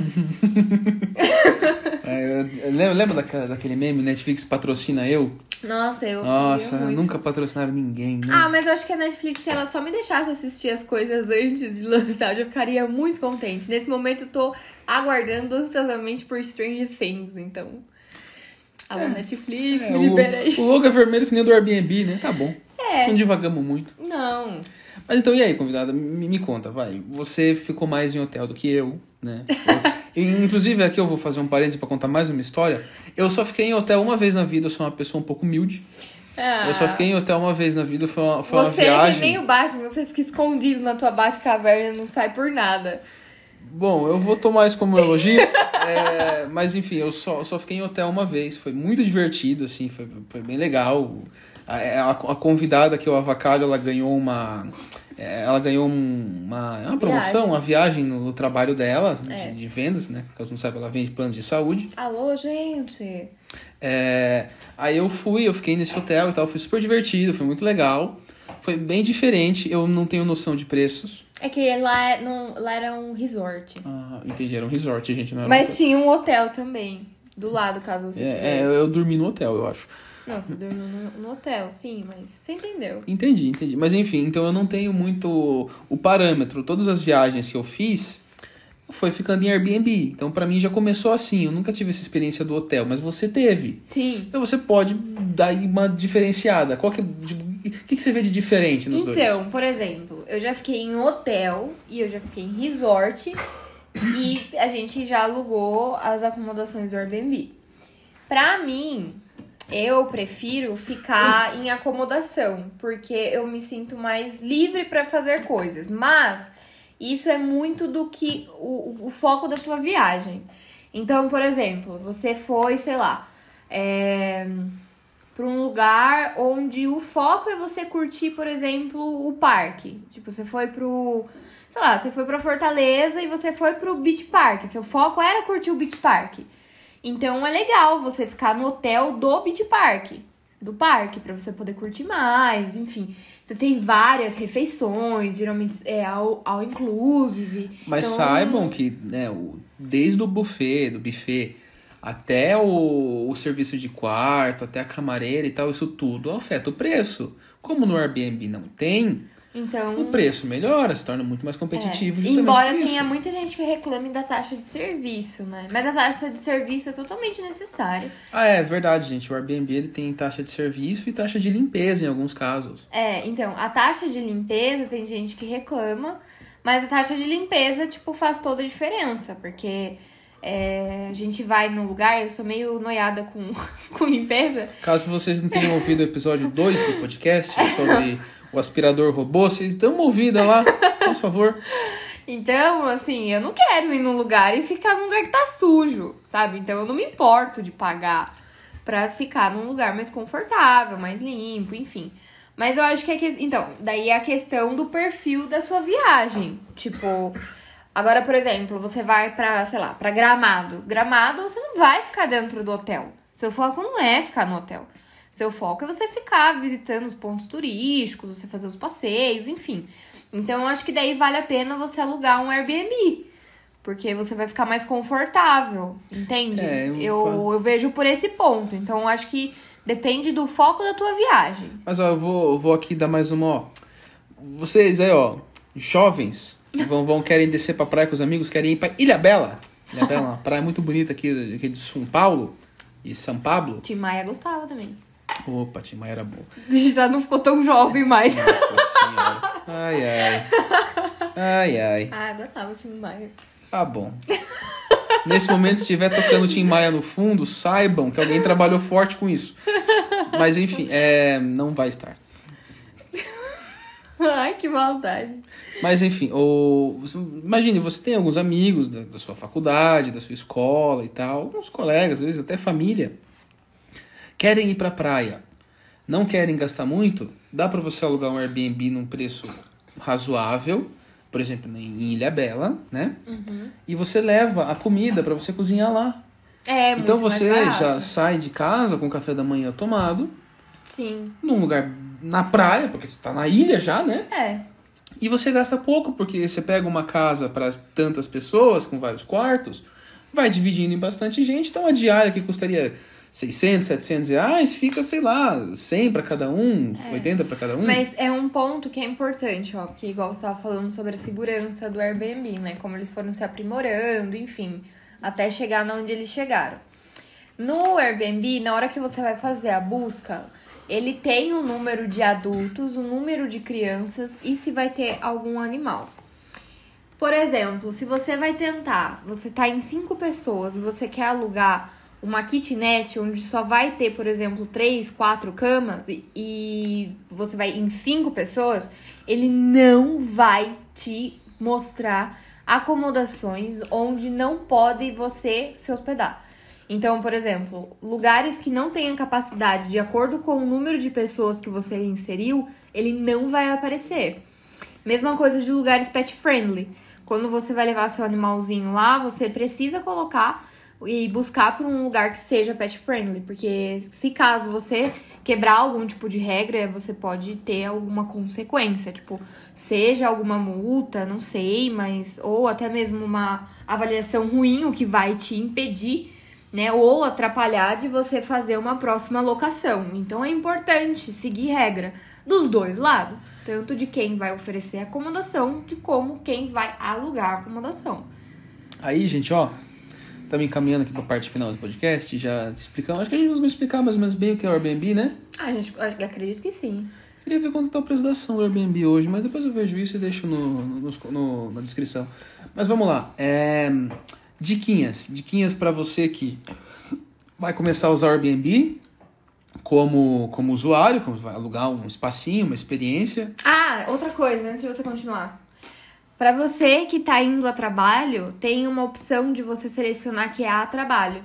É, eu, eu lembro, lembra daquela, daquele meme, Netflix patrocina eu? Nossa, eu Nossa, queria muito. nunca patrocinaram ninguém, né? Ah, mas eu acho que a Netflix, se ela só me deixasse assistir as coisas antes de lançar, eu já ficaria muito contente. Nesse momento eu tô aguardando ansiosamente por Stranger Things, então... Alô, é. Netflix, é, me libera aí. O, o logo é vermelho que nem o do Airbnb, né? Tá bom. É. Não divagamos muito. Não. Mas então, e aí, convidada? Me, me conta, vai. Você ficou mais em hotel do que eu, né? Eu, inclusive, aqui eu vou fazer um parênteses pra contar mais uma história. Eu só fiquei em hotel uma vez na vida, eu sou uma pessoa um pouco humilde. Ah. Eu só fiquei em hotel uma vez na vida, foi uma, foi uma você viagem... Você é que nem o Batman, você fica escondido na tua Batcaverna e não sai por nada. Bom, eu vou tomar isso como um elogio, é, mas enfim, eu só, só fiquei em hotel uma vez, foi muito divertido, assim, foi, foi bem legal. A, a, a convidada que eu avacalho, ela ganhou uma... Ela ganhou uma, uma promoção, viagem. uma viagem no, no trabalho dela, É. de, de vendas, né? Caso não saiba, ela vende plano de saúde. Alô, gente. É, aí eu fui, eu fiquei nesse hotel e tal, foi super divertido, foi muito legal. Foi bem diferente, eu não tenho noção de preços. É que lá, é- não, lá era um resort. Ah, entendi, era um resort, gente. Não era Mas um... tinha um hotel também. Do lado, caso você É, tivesse. é, eu dormi no hotel, eu acho. Não, você dormiu no, no hotel, sim, mas você entendeu. Entendi, entendi. Mas enfim, então eu não tenho muito o parâmetro. Todas as viagens que eu fiz foi ficando em Airbnb. Então pra mim já começou assim. Eu nunca tive essa experiência do hotel, mas você teve. Sim. Então você pode dar aí uma diferenciada. Qual que, tipo, o que, que você vê de diferente nos dois? Então, por exemplo, eu já fiquei em hotel e eu já fiquei em resort e a gente já alugou as acomodações do Airbnb. Pra mim, eu prefiro ficar em acomodação, porque eu me sinto mais livre pra fazer coisas. Mas isso é muito do que o, o foco da tua viagem. Então, por exemplo, você foi, sei lá, é, para um lugar onde o foco é você curtir, por exemplo, o parque. Tipo, você foi pro... Sei lá, você foi pra Fortaleza e você foi pro Beach Park. Seu foco era curtir o Beach Park. Então, é legal você ficar no hotel do Beach Park. Do parque, pra você poder curtir mais, enfim. Você tem várias refeições, geralmente é all, all inclusive. Mas então... saibam que, né, o, desde o buffet, do buffet, até o, o serviço de quarto, até a camareira e tal, isso tudo afeta o preço. Como no Airbnb não tem, Então, o preço melhora, se torna muito mais competitivo. É. Justamente Embora por isso. tenha muita gente que reclame da taxa de serviço, né? Mas a taxa de serviço é totalmente necessária. Ah, é verdade, gente. O Airbnb ele tem taxa de serviço e taxa de limpeza em alguns casos. É, então, a taxa de limpeza tem gente que reclama, mas a taxa de limpeza, tipo, faz toda a diferença, porque é, a gente vai no lugar, eu sou meio noiada com, com limpeza. Caso vocês não tenham ouvido o episódio dois do podcast sobre o aspirador robô, vocês dão uma ouvida lá, por favor. Então, assim, eu não quero ir num lugar e ficar num lugar que tá sujo, sabe? Então, eu não me importo de pagar pra ficar num lugar mais confortável, mais limpo, enfim. Mas eu acho que é que... Então, daí é a questão do perfil da sua viagem. Tipo, agora, por exemplo, você vai pra, sei lá, pra Gramado. Gramado, você não vai ficar dentro do hotel. Seu foco não é ficar no hotel. Seu foco é você ficar visitando os pontos turísticos, você fazer os passeios, enfim. Então, eu acho que daí vale a pena você alugar um Airbnb. Porque você vai ficar mais confortável, entende? É, eu- eu, eu vejo por esse ponto. Então, eu acho que depende do foco da tua viagem. Mas ó, eu vou, eu vou aqui dar mais uma, ó. Vocês aí, ó, jovens, que vão, vão querem descer pra praia com os amigos, querem ir pra Ilhabela. Ilhabela, uma praia muito bonita aqui, aqui de São Paulo e São Pablo. Tim Maia gostava também. Opa, Tim Maia era bom. Já não ficou tão jovem mais. Nossa senhora. Ai, ai. Ai, ai. Ah, eu gostava de Tim Maia. Tá bom. Nesse momento, se estiver tocando Tim Maia no fundo, saibam que alguém trabalhou forte com isso. Mas enfim, é, não vai estar. Ai, que maldade. Mas enfim, o, você- imagine, você tem alguns amigos da, da sua faculdade, da sua escola e tal, alguns colegas, às vezes até família, querem ir pra praia, não querem gastar muito, dá pra você alugar um Airbnb num preço razoável, por exemplo, em Ilhabela, né? E você leva a comida pra você cozinhar lá. É, muito Então mais você barato. já sai de casa com o café da manhã tomado, Sim. num lugar na praia, porque você tá na ilha já, né? É. E você gasta pouco, porque você pega uma casa para tantas pessoas, com vários quartos, vai dividindo em bastante gente, então a diária que custaria seiscentos, setecentos reais, fica, sei lá, cem para cada um, oitenta para cada um. Mas é um ponto que é importante, ó, porque igual você estava falando sobre a segurança do Airbnb, né? Como eles foram se aprimorando, enfim, até chegar na onde eles chegaram. No Airbnb, na hora que você vai fazer a busca, ele tem um número de adultos, um número de crianças e se vai ter algum animal. Por exemplo, se você vai tentar, você tá em cinco pessoas e você quer alugar uma kitnet onde só vai ter, por exemplo, três, quatro camas e, e você vai em cinco pessoas, ele não vai te mostrar acomodações onde não pode você se hospedar. Então, por exemplo, lugares que não tenham capacidade de acordo com o número de pessoas que você inseriu, ele não vai aparecer. Mesma coisa de lugares pet friendly. Quando você vai levar seu animalzinho lá, você precisa colocar e buscar por um lugar que seja pet friendly, porque se caso você quebrar algum tipo de regra, você pode ter alguma consequência, tipo, seja alguma multa, não sei, mas ou até mesmo uma avaliação ruim, o que vai te impedir, né, ou atrapalhar de você fazer uma próxima locação. Então é importante seguir regra dos dois lados, tanto de quem vai oferecer acomodação, de como quem vai alugar a acomodação. Aí, gente, ó, estamos encaminhando aqui para a parte final do podcast, já explicamos, acho que a gente vai explicar mais ou menos bem o que é o Airbnb, né? Ah, gente, eu acredito que sim. Queria ver quanto está o preço da ação do Airbnb hoje, mas depois eu vejo isso e deixo no, no, no- na descrição. Mas vamos lá, é, diquinhas, diquinhas para você que vai começar a usar o Airbnb como, como usuário, como vai alugar um espacinho, uma experiência. Ah, outra coisa, antes de você continuar. Pra você que tá indo a trabalho, tem uma opção de você selecionar que é a trabalho.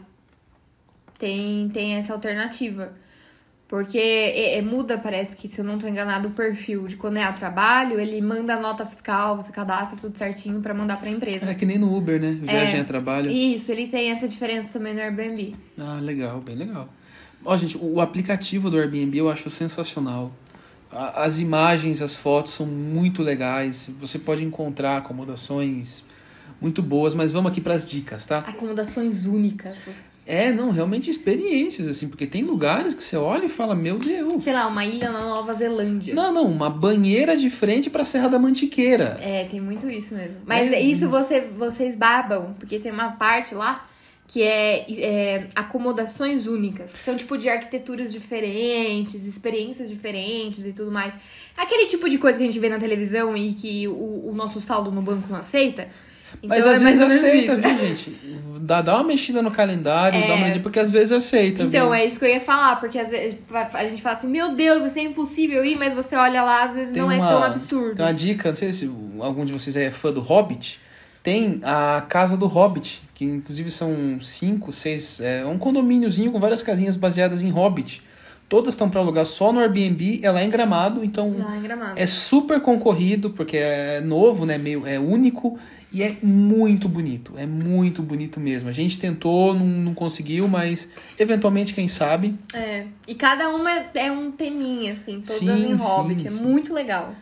Tem, tem essa alternativa. Porque é- é- muda, parece que, se eu não tô enganado, o perfil de quando é a trabalho, ele manda a nota fiscal, você cadastra tudo certinho pra mandar pra empresa. É que nem no Uber, né? Viagem É. a trabalho. Isso, ele tem essa diferença também no Airbnb. Ah, legal, bem legal. Ó, gente, o o aplicativo do Airbnb eu acho sensacional. A- As imagens, as fotos são muito legais. Você pode encontrar acomodações muito boas, mas vamos aqui pras dicas, tá? Acomodações únicas. É, não, realmente experiências, assim, porque tem lugares que você olha e fala, meu Deus. Sei lá, uma ilha na Nova Zelândia. Não, não, uma banheira de frente pra Serra da Mantiqueira. É, tem muito isso mesmo. Mas É. isso você, vocês babam, porque tem uma parte lá que é, é acomodações únicas. Que são tipo de arquiteturas diferentes, experiências diferentes e tudo mais. Aquele tipo de coisa que a gente vê na televisão e que o, o nosso saldo no banco não aceita. Então, Mas é às mais vezes ou menos aceita, isso. viu, gente? Dá, dá uma mexida no calendário, É. dá uma olhada, porque às vezes aceita. Então, viu? é isso que eu ia falar, porque às vezes a gente fala assim, meu Deus, vai ser impossível ir, mas você olha lá, às vezes Tem não uma- é tão absurdo. Tem uma dica, não sei se algum de vocês é fã do Hobbit. Tem a Casa do Hobbit, que inclusive são cinco, seis... É um condomíniozinho com várias casinhas baseadas em Hobbit. Todas estão para alugar só no Airbnb, é lá em Gramado, então Lá em Gramado. é super concorrido, porque é novo, né, meio, é único, e é muito bonito, é muito bonito mesmo. A gente tentou, não, não conseguiu, mas eventualmente, quem sabe... É, e cada uma é- é um teminha, assim, todas Sim, em Hobbit, sim, é sim. muito legal.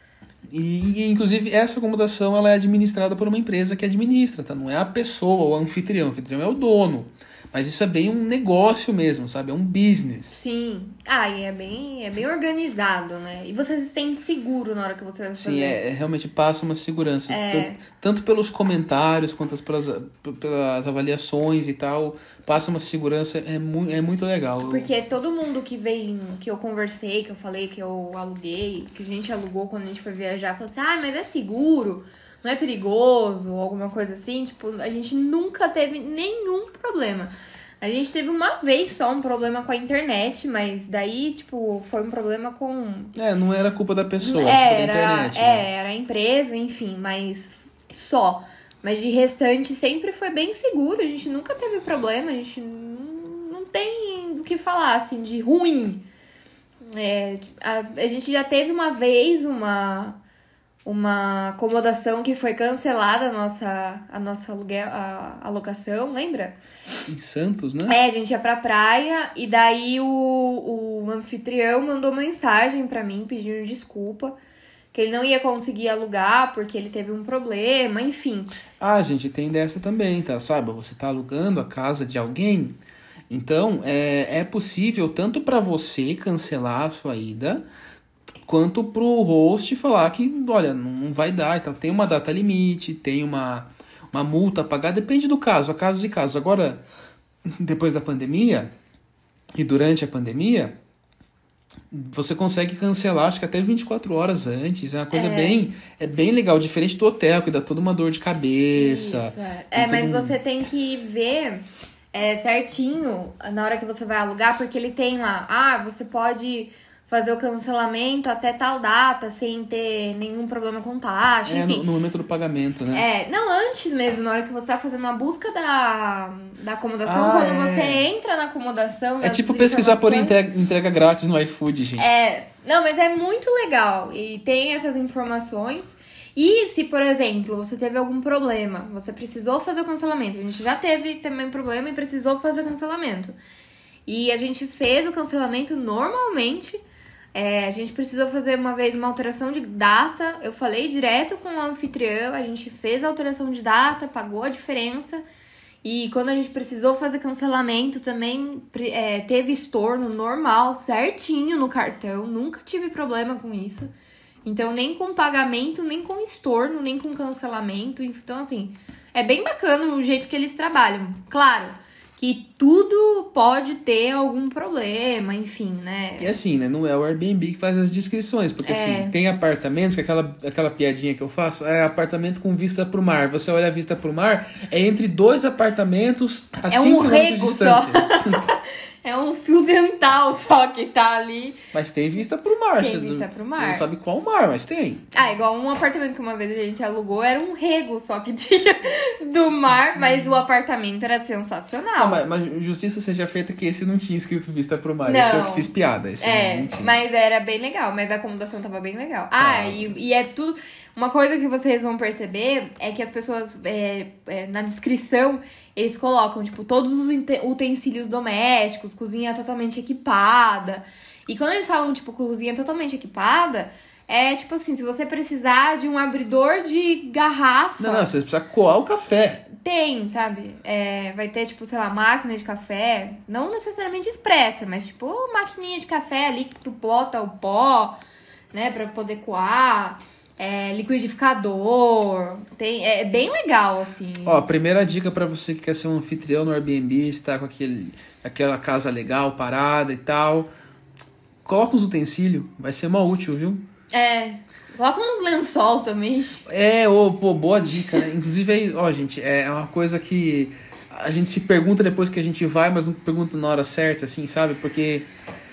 E, e, inclusive, essa acomodação ela é administrada por uma empresa que administra, tá? Não é a pessoa, o anfitrião. O anfitrião é o dono. Mas isso é bem um negócio mesmo, sabe? É um business. Sim. Ah, e é bem, é bem organizado, né? E você se sente seguro na hora que você vai fazer. Sim, é, é- realmente passa uma segurança. É. Tanto, tanto pelos comentários, quanto as- pelas, pelas avaliações e tal. Passa uma segurança, é, mu é muito legal. Eu- Porque todo mundo que vem, que eu conversei, que eu falei que eu aluguei, que a gente alugou quando a gente foi viajar, falou assim, ah, mas é seguro, não é perigoso, ou alguma coisa assim. Tipo, a gente nunca teve nenhum problema. A gente teve uma vez só um problema com a internet, mas daí, tipo, foi um problema com... É, não era culpa da pessoa, É, era culpa da era, internet. é, né? era a empresa, enfim, mas só. Mas de restante sempre foi bem seguro, a gente nunca teve problema, a gente não, não tem do que falar, assim, de ruim. É, a, a gente já teve uma vez uma, uma acomodação que foi cancelada, a nossa, a nossa aluguel, a, a locação, lembra? Em Santos, né? É, a gente ia pra praia e daí o, o anfitrião mandou mensagem pra mim pedindo desculpa, que ele não ia conseguir alugar porque ele teve um problema, enfim. Ah, gente, tem dessa também, tá? Sabe, você tá alugando a casa de alguém, então é, é possível tanto para você cancelar a sua ida, quanto pro host falar que, olha, não vai dar e tal. Tem uma data limite, tem uma, uma multa a pagar, depende do caso, há casos e casos. Agora, depois da pandemia e durante a pandemia, você consegue cancelar, acho que até vinte e quatro horas antes. É uma coisa É. bem, é bem legal, diferente do hotel, que dá toda uma dor de cabeça. Isso, é. Tem É, mas todo um- você tem que ver é, certinho na hora que você vai alugar, porque ele tem lá, ah, você pode fazer o cancelamento até tal data, sem ter nenhum problema com taxa, É, enfim. no, no momento do pagamento, né? É, não, antes mesmo, na hora que você tá fazendo a busca da, da acomodação, Ah, quando é. você entra na acomodação... É nas tipo pesquisar por informações- entrega, entrega grátis no iFood, gente. É, não, mas é muito legal e tem essas informações. E se, por exemplo, você teve algum problema, você precisou fazer o cancelamento, a gente já teve também problema e precisou fazer o cancelamento. E a gente fez o cancelamento normalmente. É, a gente precisou fazer uma vez uma alteração de data. Eu falei direto com o anfitrião, a gente fez a alteração de data, pagou a diferença. E quando a gente precisou fazer cancelamento também, pre- é, teve estorno normal, certinho no cartão. Nunca tive problema com isso. Então, nem com pagamento, nem com estorno, nem com cancelamento. Então, assim, é bem bacana o jeito que eles trabalham. Claro que tudo pode ter algum problema, enfim, né? E assim, né? Não é o Airbnb que faz as descrições. Porque É. assim, tem apartamentos, que aquela, aquela piadinha que eu faço, é apartamento com vista pro mar. Você olha a vista pro mar, é entre dois apartamentos a É um cinco quilômetros rego de distância. É um fio dental só que tá ali. Mas tem vista pro mar. Tem você vista não- pro mar. Não sabe qual mar, mas tem. Ah, igual um apartamento que uma vez a gente alugou, era um rego só que tinha do mar, mas o apartamento era sensacional. Não, mas, mas justiça seja feita que esse não tinha escrito vista pro mar. Esse é o Não. que fiz piada. Esse É, não tinha. mas era bem legal, mas a acomodação tava bem legal. Tá. Ah, e, e é tudo. Uma coisa que vocês vão perceber é que as pessoas, é, é, na descrição, eles colocam, tipo, todos os ute- utensílios domésticos, cozinha totalmente equipada. E quando eles falam, tipo, cozinha totalmente equipada, É tipo assim, se você precisar de um abridor de garrafa... Não, não, você precisa coar o café. Tem, sabe? É, vai ter, tipo, sei lá, máquina de café. Não necessariamente expressa, mas tipo, maquininha de café ali que tu bota o pó, né? Pra poder coar. É, liquidificador. Tem, é bem legal, assim. Ó, a primeira dica pra você que quer ser um anfitrião no Airbnb, está com aquele, aquela casa legal, parada e tal. Coloca uns utensílios, vai ser mó útil, viu? É, coloca uns lençol também. É, ô, pô, boa dica, né? Inclusive aí, ó, gente, é uma coisa que a gente se pergunta depois que a gente vai, mas não pergunta na hora certa, assim, sabe? Porque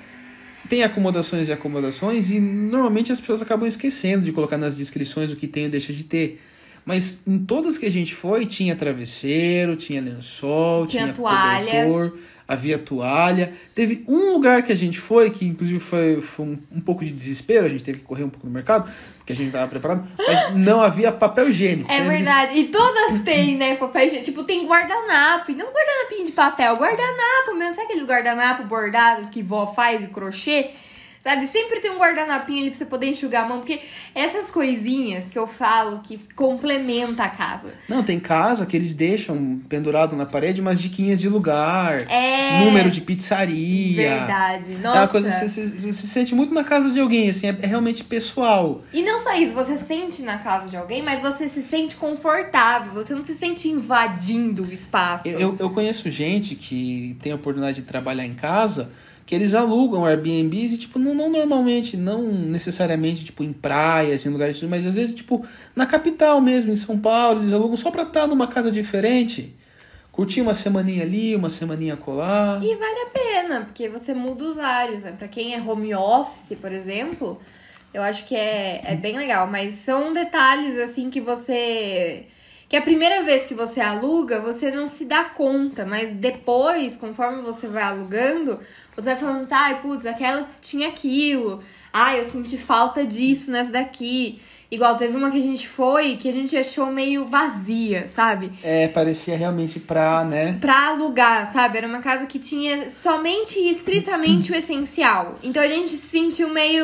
tem acomodações e acomodações e normalmente as pessoas acabam esquecendo de colocar nas descrições o que tem ou deixa de ter. Mas em todas que a gente foi, tinha travesseiro, tinha lençol, Tinha tinha toalha. cobertor, havia toalha. Teve um lugar que a gente foi, que inclusive foi, foi um, um pouco de desespero, a gente teve que correr um pouco no mercado, porque a gente não estava preparado, mas não havia papel higiênico. É verdade. E todas têm, né, papel higiênico. Tipo, tem guardanapo. E não guardanapinho de papel, guardanapo mesmo. Sabe aquele guardanapo bordado que vó faz de crochê? Sabe? Sempre tem um guardanapinho ali pra você poder enxugar a mão. Porque essas coisinhas que eu falo que complementa a casa. Não, tem casa que eles deixam pendurado na parede umas diquinhas de lugar. É. Número de pizzaria. Verdade. Nossa. É uma coisa que você, você, você se sente muito na casa de alguém, assim, é, é realmente pessoal. E não só isso, você sente na casa de alguém, mas você se sente confortável. Você não se sente invadindo o espaço. Eu, eu conheço gente que tem a oportunidade de trabalhar em casa, que eles alugam Airbnbs e, tipo, não, não normalmente, não necessariamente, tipo, em praias, em lugares, mas às vezes, tipo, na capital mesmo, em São Paulo, eles alugam só pra estar numa casa diferente, curtir uma semaninha ali, uma semaninha colar. E vale a pena, porque você muda os horários, né? Pra quem é home office, por exemplo, eu acho que é, é bem legal, mas são detalhes, assim, que você... Que a primeira vez que você aluga, você não se dá conta, mas depois, conforme você vai alugando, você vai falando assim, ai, putz, aquela tinha aquilo, ai, eu senti falta disso nessa daqui. Igual, teve uma que a gente foi, que a gente achou meio vazia, sabe? É, parecia realmente pra, né? Pra alugar, sabe? Era uma casa que tinha somente e estritamente o essencial. Então a gente se sentiu meio...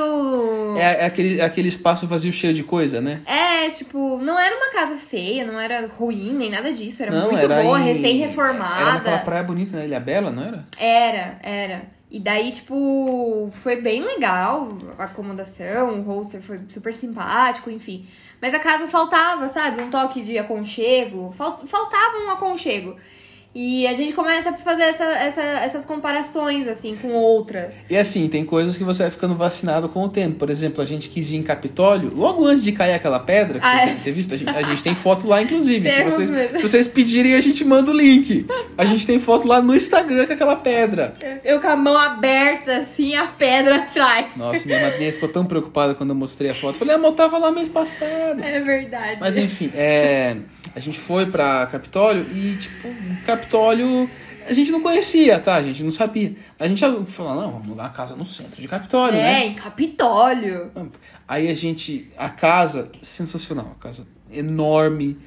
É, é aquele, aquele espaço vazio cheio de coisa, né? É, tipo, não era uma casa feia, não era ruim, nem nada disso. Era Não, muito era boa, em- recém-reformada. Era naquela praia bonita, né? Ilha Bela, não era? Era, era. E daí, tipo, foi bem legal a acomodação, o hostel foi super simpático, enfim. Mas a casa faltava, sabe? Um toque de aconchego. Fal- Faltava um aconchego. E a gente começa a fazer essa, essa, essas comparações, assim, com outras. E assim, tem coisas que você vai ficando vacinado com o tempo. Por exemplo, a gente quis ir em Capitólio, logo antes de cair aquela pedra, que Ah, você é? deve ter visto, a gente, a gente tem foto lá, inclusive. Se Temos vocês, mesmo. se vocês pedirem, a gente manda o link. A gente tem foto lá no Instagram com aquela pedra. Eu com a mão aberta, assim, a pedra atrás. Nossa, minha madrinha ficou tão preocupada quando eu mostrei a foto. Falei, amor, tava lá mês passado. É verdade. Mas enfim, é, a gente foi pra Capitólio e, tipo, Capitólio a gente não conhecia, tá? A gente não sabia. A gente falou, não, vamos alugar a casa no centro de Capitólio, É, né? em Capitólio. Aí a gente, a casa, sensacional, a casa enorme,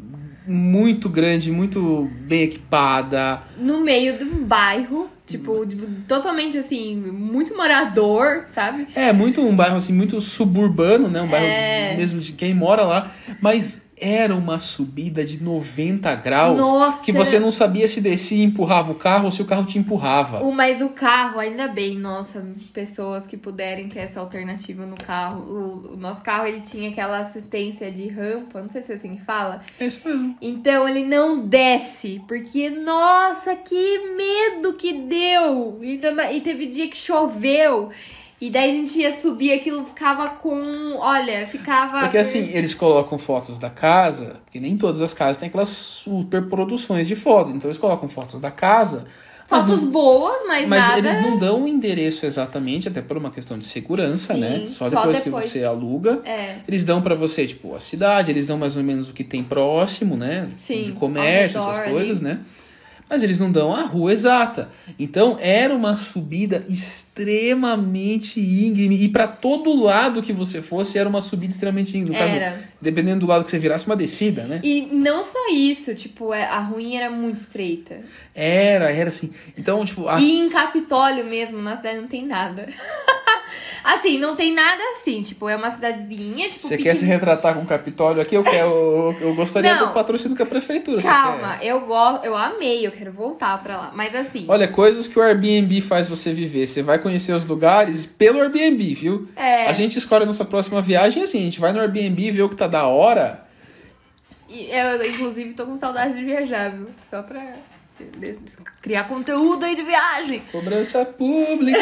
muito grande, muito bem equipada. No meio de um bairro, tipo, de- totalmente, assim, muito morador, sabe? É, muito um bairro assim, muito suburbano, né? Um bairro É. mesmo de quem mora lá, mas era uma subida de noventa graus Nossa, que você era- não sabia se descia e empurrava o carro ou se o carro te empurrava. O, mas o carro, ainda bem, nossa, pessoas que puderem ter essa alternativa no carro. O, o nosso carro, ele tinha aquela assistência de rampa, não sei se é assim que fala. É isso mesmo. Então, ele não desce, porque, nossa, que medo que deu! E, ainda- e teve dia que choveu, e daí a gente ia subir, aquilo ficava com, olha, ficava... Porque assim, eles colocam fotos da casa, porque nem todas as casas têm aquelas super produções de fotos, então eles colocam fotos da casa, mas Fotos não- boas, mas, Mas nada... eles não dão o endereço exatamente, até por uma questão de segurança, Sim, né? Só só depois, depois. que você aluga. É. Eles dão pra você, tipo, a cidade, eles dão mais ou menos o que tem próximo, né? Sim, de comércio, ao redor essas coisas, ali. né? Mas eles não dão a rua exata. Então era uma subida extremamente íngreme. E pra todo lado que você fosse, era uma subida extremamente íngreme. No caso, Era. dependendo do lado que você virasse, uma descida, né? E não só isso, tipo, é- a ruim era muito estreita. Era, era assim. Então, tipo, a... E em Capitólio mesmo, na cidade não tem nada. Assim, não tem nada assim, tipo, é uma cidadezinha, tipo, Você quer se retratar com o Capitólio aqui? Eu, quero, eu, eu gostaria Não. do patrocínio com a prefeitura. Você Calma, quer? eu gosto, eu amei, eu quero voltar pra lá. Mas assim. Olha, coisas que o Airbnb faz você viver. Você vai conhecer os lugares pelo Airbnb, viu? É. A gente escolhe a nossa próxima viagem assim, a gente vai no Airbnb, vê o que tá da hora. E eu, inclusive, tô com saudade de viajar, viu? Só pra criar conteúdo aí de viagem. Cobrança pública.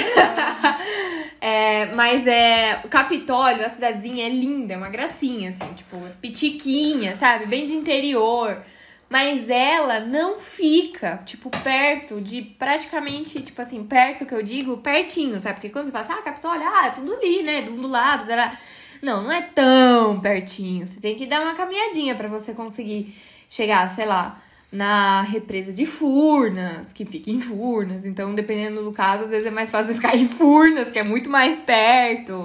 É, mas é. O Capitólio, a cidadezinha é linda, é uma gracinha, assim, tipo, é pitiquinha, sabe? Bem de interior. Mas ela não fica, tipo, perto de praticamente, tipo assim, perto que eu digo, pertinho, sabe? Porque quando você fala assim, ah, Capitólio, ah, é tudo ali, né? Um do lado, da... Não, não é tão pertinho. Você tem que dar uma caminhadinha pra você conseguir chegar, sei lá, na represa de Furnas, que fica em Furnas. Então, dependendo do caso, às vezes é mais fácil ficar em Furnas, que é muito mais perto.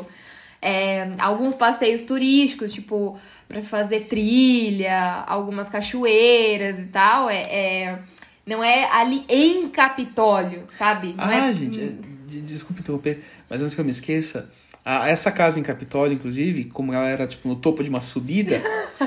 É, alguns passeios turísticos, tipo, pra fazer trilha, algumas cachoeiras e tal, é, é, não é ali em Capitólio, sabe? Não ah, é... gente, é, de- desculpa interromper, mas antes que eu me esqueça, a- essa casa em Capitólio, inclusive, como ela era tipo no topo de uma subida,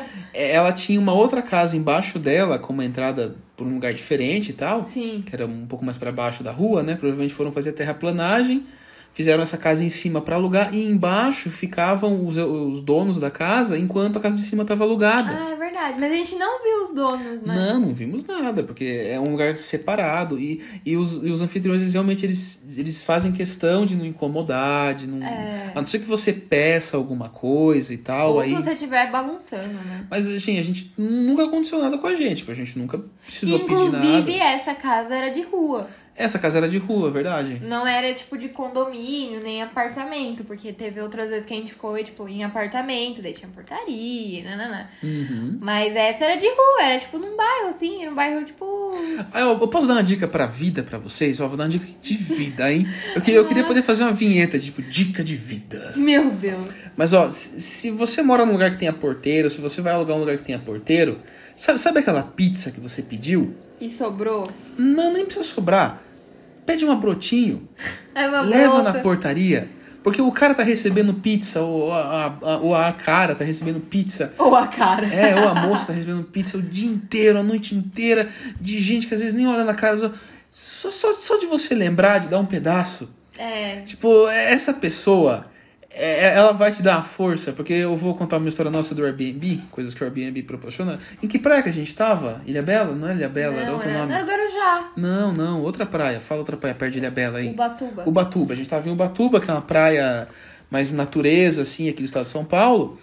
é, ela tinha uma outra casa embaixo dela, com uma entrada por um lugar diferente e tal, Sim. que era um pouco mais pra baixo da rua, né? Provavelmente foram fazer terraplanagem, fizeram essa casa em cima pra alugar e embaixo ficavam os, os donos da casa enquanto a casa de cima estava alugada. Ah, é verdade. Mas a gente não viu os donos, né? Não, não vimos nada, porque é um lugar separado e, e, os, e os anfitriões, eles, realmente, eles, eles fazem questão de não incomodar, de não... É. A não ser que você peça alguma coisa e tal, Ou aí... se você estiver bagunçando, né? Mas, assim, a gente nunca aconteceu nada com a gente, tipo, a gente nunca precisou pedir Inclusive, nada. essa casa era de rua. Essa casa era de rua, é verdade. Não era, tipo, de condomínio, nem apartamento. Porque teve outras vezes que a gente ficou, tipo, em apartamento. Daí tinha portaria, nananã. Uhum. Mas essa era de rua. Era, tipo, num bairro, assim. Era um bairro, tipo... Ah, eu, eu posso dar uma dica pra vida pra vocês? Ó, vou dar uma dica de vida, hein? Eu queria, eu queria poder fazer uma vinheta, tipo, dica de vida. Meu Deus. Mas, ó, se, se você mora num lugar que tenha porteiro, se você vai alugar um lugar que tenha porteiro, sabe, sabe aquela pizza que você pediu? E sobrou? Não, nem precisa sobrar. Pede uma brotinho, É uma leva brota. na portaria, porque o cara tá recebendo pizza, ou a, a, ou a cara tá recebendo pizza, Ou a cara. é, ou a moça tá recebendo pizza o dia inteiro, a noite inteira, de gente que às vezes nem olha na cara. do- Só, só, só de você lembrar de dar um pedaço, É. tipo, essa pessoa, é, ela vai te dar uma força, porque eu vou contar uma história nossa do Airbnb, coisas que o Airbnb proporciona. Em que praia que a gente tava? Ilha Bela? Não é Ilha Bela, era Não, outro era, nome. era Guarujá. Não, não, outra praia. Fala outra praia perto de Ilha Bela aí. Ubatuba. Ubatuba. A gente tava em Ubatuba, que é uma praia mais natureza, assim, aqui do estado de São Paulo.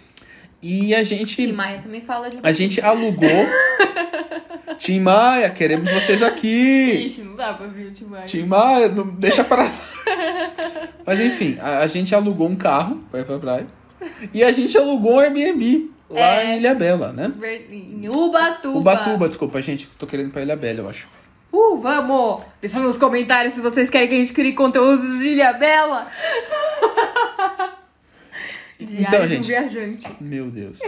E a gente... Tim Maia também fala de... A gente alugou... Tim Maia, queremos vocês aqui! Ixi, não dá pra ver o Tim Maia. Tim Maia, não, deixa para... Mas enfim, a, a gente alugou um carro pra ir pra praia. E a gente alugou um Airbnb lá É. em Ilha Bela, né? Ver- Em Ubatuba. Ubatuba, desculpa, gente. Tô querendo ir pra Ilha Bela, eu acho. Uh, vamos! Deixa nos comentários se vocês querem que a gente crie conteúdos de Ilha Bela. Diário Então, de um gente. viajante. Meu Deus.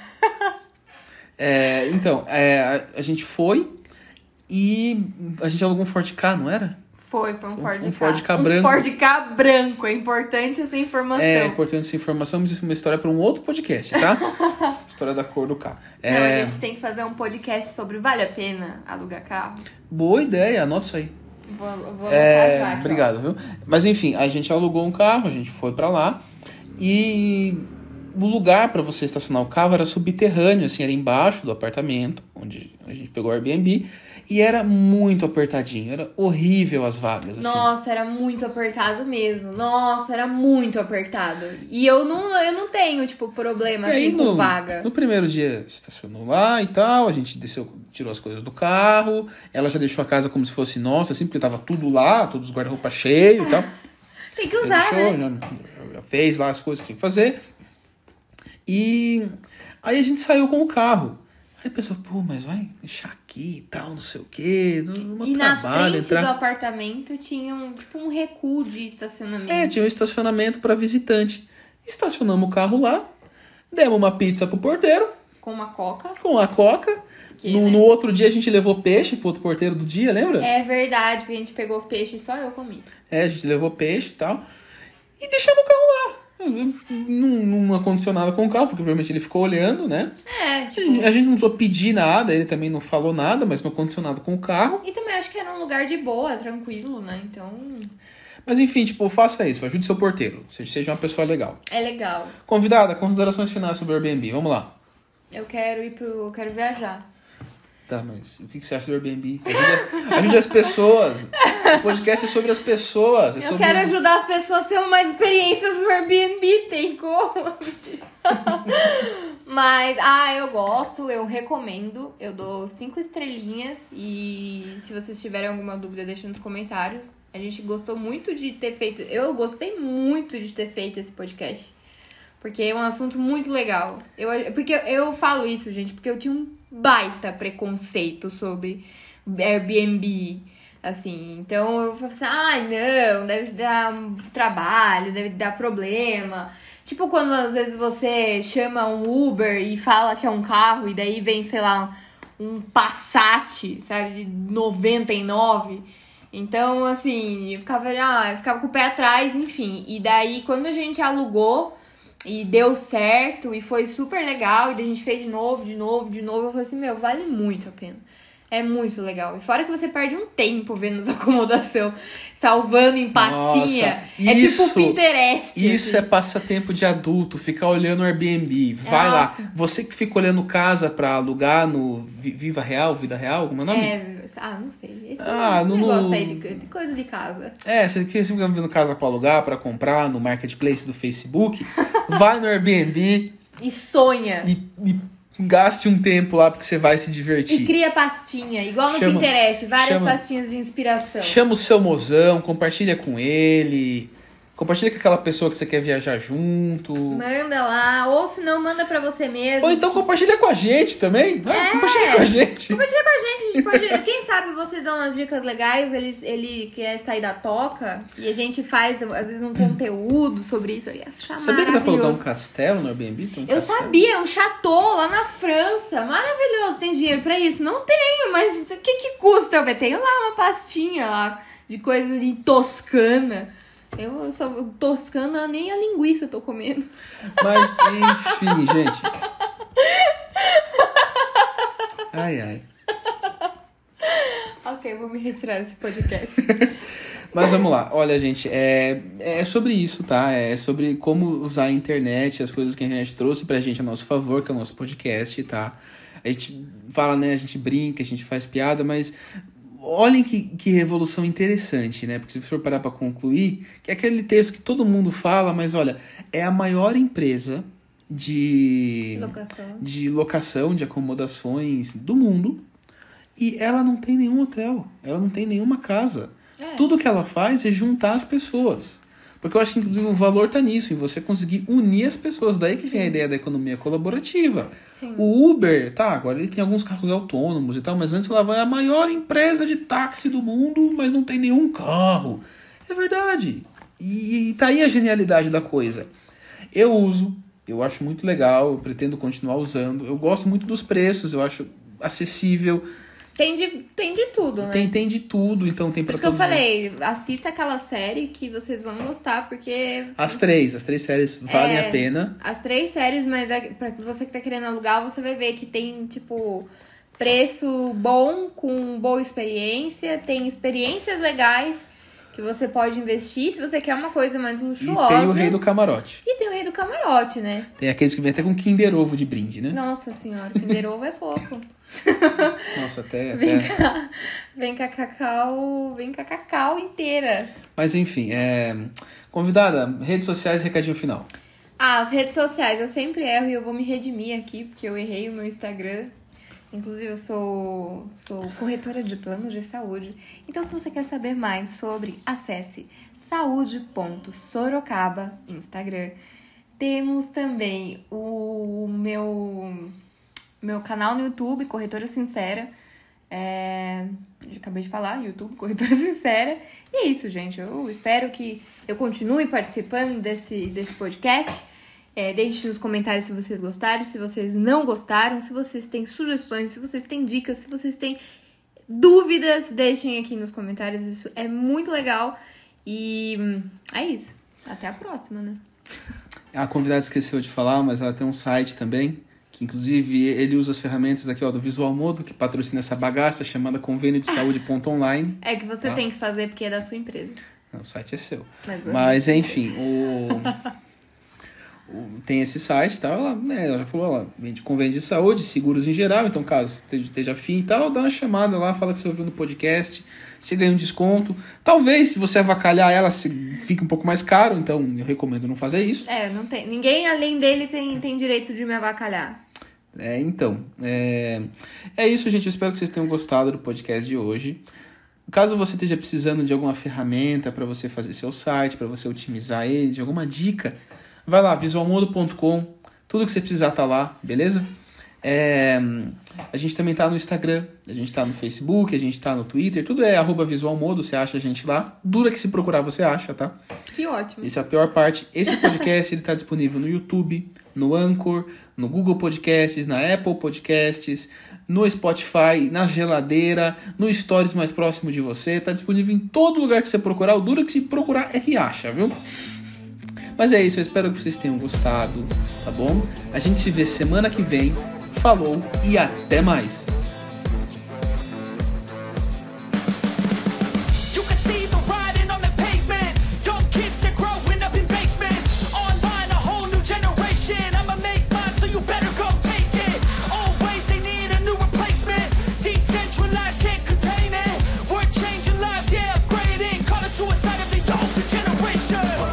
É, então, é, a, a gente foi e a gente alugou um Ford K, não era? Foi, foi um Ford um Ka. Ford Ka Um branco. Ford Ka branco. É importante essa informação. É importante essa informação, mas isso é uma história para um outro podcast, tá? História da cor do carro. Não, É, a gente tem que fazer um podcast sobre vale a pena alugar carro. boa ideia, anota isso aí. Vou, vou É, anotar aqui, ó. obrigado, viu? Mas enfim, a gente alugou um carro, a gente foi pra lá e o lugar pra você estacionar o carro era subterrâneo, assim, era embaixo do apartamento, onde a gente pegou o Airbnb, e era muito apertadinho, era horrível as vagas, assim. Nossa, era muito apertado mesmo. Nossa, era muito apertado. E eu não, eu não tenho, tipo, problema E aí, assim com no, vaga. no primeiro dia, estacionou lá e tal, a gente desceu, tirou as coisas do carro, ela já deixou a casa como se fosse nossa, assim, porque tava tudo lá, todos os guarda-roupa cheio e tal. Tem que Já usar, deixou, né? já, já fez lá as coisas que tinha que fazer. E aí a gente saiu com o carro. Aí a pessoa, pô, mas vai deixar aqui e tal, não sei o quê. Não E na trabalho, frente entrar. do apartamento tinha um, tipo, um recuo de estacionamento. É, tinha um estacionamento para visitante. Estacionamos o carro lá, demos uma pizza pro porteiro, Com uma coca. com a coca. Que, no, né? no outro dia a gente levou peixe pro outro porteiro do dia, lembra? É verdade, porque a gente pegou peixe e só eu comi. É, a gente levou peixe e tal. e deixamos o carro lá. Não, não aconteceu nada com o carro, porque provavelmente ele ficou olhando, né? É, tipo... A gente não precisou pedir nada, ele também não falou nada, mas não aconteceu nada com o carro. E também acho que era um lugar de boa, tranquilo, né? Então... Mas enfim, tipo, faça isso, ajude seu porteiro, seja uma pessoa legal. É legal. Convidada, considerações finais sobre o Airbnb, vamos lá. Eu quero ir pro... Eu quero viajar. Tá, mas o que você acha do Airbnb? Ajude, ajude as pessoas. O podcast é sobre as pessoas. É Eu sobre... quero ajudar as pessoas a ter mais experiências no Airbnb, tem como? Mas, ah, eu gosto, eu recomendo. Eu dou cinco estrelinhas. E se vocês tiverem alguma dúvida, deixa nos comentários. A gente gostou muito de ter feito... Eu gostei muito de ter feito esse podcast. Porque é um assunto muito legal. Eu, porque eu, eu falo isso, gente, porque eu tinha um baita preconceito sobre Airbnb, assim. Então, eu falei assim, ah, não, deve dar trabalho, deve dar problema. Tipo, quando às vezes você chama um Uber e fala que é um carro, e daí vem, sei lá, um Passat, sabe, de noventa e nove. Então, assim, eu ficava, ah, eu ficava com o pé atrás, enfim. E daí, quando a gente alugou... E deu certo, e foi super legal, e daí a gente fez de novo, de novo, de novo. Eu falei assim, meu, vale muito a pena. É muito legal. E fora que você perde um tempo vendo as acomodação, salvando em pastinha. Nossa, é isso, tipo Pinterest. Isso assim. é passatempo de adulto, ficar olhando o Airbnb. Vai Nossa. lá. Você que fica olhando casa pra alugar no Viva Real, Vida Real, como é o nome? É, ah, não sei. Esse, Ah, esse no- negócio no- aí de, de coisa de casa. É, você que fica vendo casa pra alugar, pra comprar no Marketplace do Facebook, vai no Airbnb E sonha. e, e gaste um tempo lá porque você vai se E divertir. cria pastinha, igual no Chama- Pinterest, várias chama- pastinhas de inspiração. Chama o seu mozão, compartilha com ele, compartilha com aquela pessoa que você quer viajar junto. Manda lá, ou se não, manda pra você mesmo. Ou então compartilha com a gente também. Vai, É. compartilha com a gente. Compartilha com a gente, a gente pode... Quem sabe vocês dão umas dicas legais, ele, ele quer sair da toca e a gente faz, às vezes, um conteúdo sobre isso. Eu ia achar Sabia que dá pra colocar um maravilhoso. castelo no Airbnb? Tem um Eu castelo. sabia, um chateau lá na França. Maravilhoso, tem dinheiro pra isso? Não tenho, mas o que que custa? Eu tenho lá uma pastinha lá de coisa em Toscana. Eu sou toscana, nem a linguiça eu tô comendo. Mas, enfim, gente. Ai, ai. Ok, vou me retirar desse podcast. Mas vamos lá. Olha, gente, é, é sobre isso, tá? É sobre como usar a internet, as coisas que a internet trouxe pra gente a nosso favor, que é o nosso podcast, tá? A gente fala, né? A gente brinca, a gente faz piada, mas... Olhem que, que revolução interessante, né? Porque se você for parar para concluir, que é aquele texto que todo mundo fala, mas olha, é a maior empresa de Locação. de locação, de acomodações do mundo, e ela não tem nenhum hotel, ela não tem nenhuma casa. É. Tudo que ela faz é juntar as pessoas. Porque eu acho que inclusive o valor tá nisso, em você conseguir unir as pessoas. Daí que vem a ideia da economia colaborativa. Sim. O Uber, tá, agora ele tem alguns carros autônomos e tal, mas antes ela vai a maior empresa de táxi do mundo, mas não tem nenhum carro. É verdade. E, e tá aí a genialidade da coisa. Eu uso, eu acho muito legal, eu pretendo continuar usando. Eu gosto muito dos preços, eu acho acessível. Tem de, tem de tudo, né? Tem, tem de tudo, então tem Por pra isso que eu todos os- falei, assista aquela série que vocês vão gostar, porque As três, as três séries valem É. a pena. as três séries, mas é, pra você que tá querendo alugar, você vai ver que tem, tipo, preço bom, com boa experiência, tem experiências legais que você pode investir se você quer uma coisa mais E luxuosa. tem o Rei do Camarote. E tem o Rei do Camarote, né? Tem aqueles que vêm até com Kinder Ovo de brinde, né? Nossa senhora, Kinder Ovo é pouco. Nossa, até... Vem até... cá, vem com a cacau, vem com a cacau inteira. Mas enfim, é... convidada, redes sociais, recadinho final. Ah, as redes sociais, eu sempre erro e eu vou me redimir aqui, porque eu errei o meu Instagram. Inclusive, eu sou, sou corretora de planos de saúde. Então, se você quer saber mais sobre, acesse saúde ponto sorocaba, Instagram. Temos também o meu, meu canal no YouTube, Corretora Sincera. É, já acabei de falar, YouTube, Corretora Sincera. E é isso, gente. Eu espero que eu continue participando desse, desse podcast. É, deixe nos comentários se vocês gostaram, se vocês não gostaram, se vocês têm sugestões, se vocês têm dicas, se vocês têm dúvidas, deixem aqui nos comentários. Isso é muito legal. E hum, é isso. Até a próxima, né? A convidada esqueceu de falar, mas ela tem um site também, que inclusive ele usa as ferramentas aqui, ó, do Visual Modo, que patrocina essa bagaça, chamada convênio de saúde ponto online. É que você tá? tem que fazer porque é da sua empresa. Não, o site é seu. Mas, Mas enfim, o... o... tem esse site e tal, ela, né, ela já falou, ela vende convênio de saúde, seguros em geral, então caso esteja afim e tal, dá uma chamada lá, fala que você ouviu no podcast, você ganha um desconto. Talvez, se você avacalhar ela, fique um pouco mais caro, então eu recomendo não fazer isso. É, não tem. Ninguém além dele tem, tem direito de me avacalhar. É, então, é... é isso, gente. Eu espero que vocês tenham gostado do podcast de hoje. Caso você esteja precisando de alguma ferramenta para você fazer seu site, para você otimizar ele, de alguma dica, vai lá, visual modo ponto com. Tudo que você precisar tá lá, beleza? É, a gente também tá no Instagram, a gente tá no Facebook, a gente tá no Twitter, tudo é arroba visualmodo, você acha a gente lá. Dura que se procurar você acha, tá? Que ótimo. Essa é a pior parte. Esse podcast ele tá disponível no YouTube, no Anchor, no Google Podcasts, na Apple Podcasts, no Spotify, na geladeira, no Stories mais próximo de você. Tá disponível em todo lugar que você procurar. O duro que se procurar é que acha, viu? Mas é isso, eu espero que vocês tenham gostado, tá bom? A gente se vê semana que vem. Falou e até mais!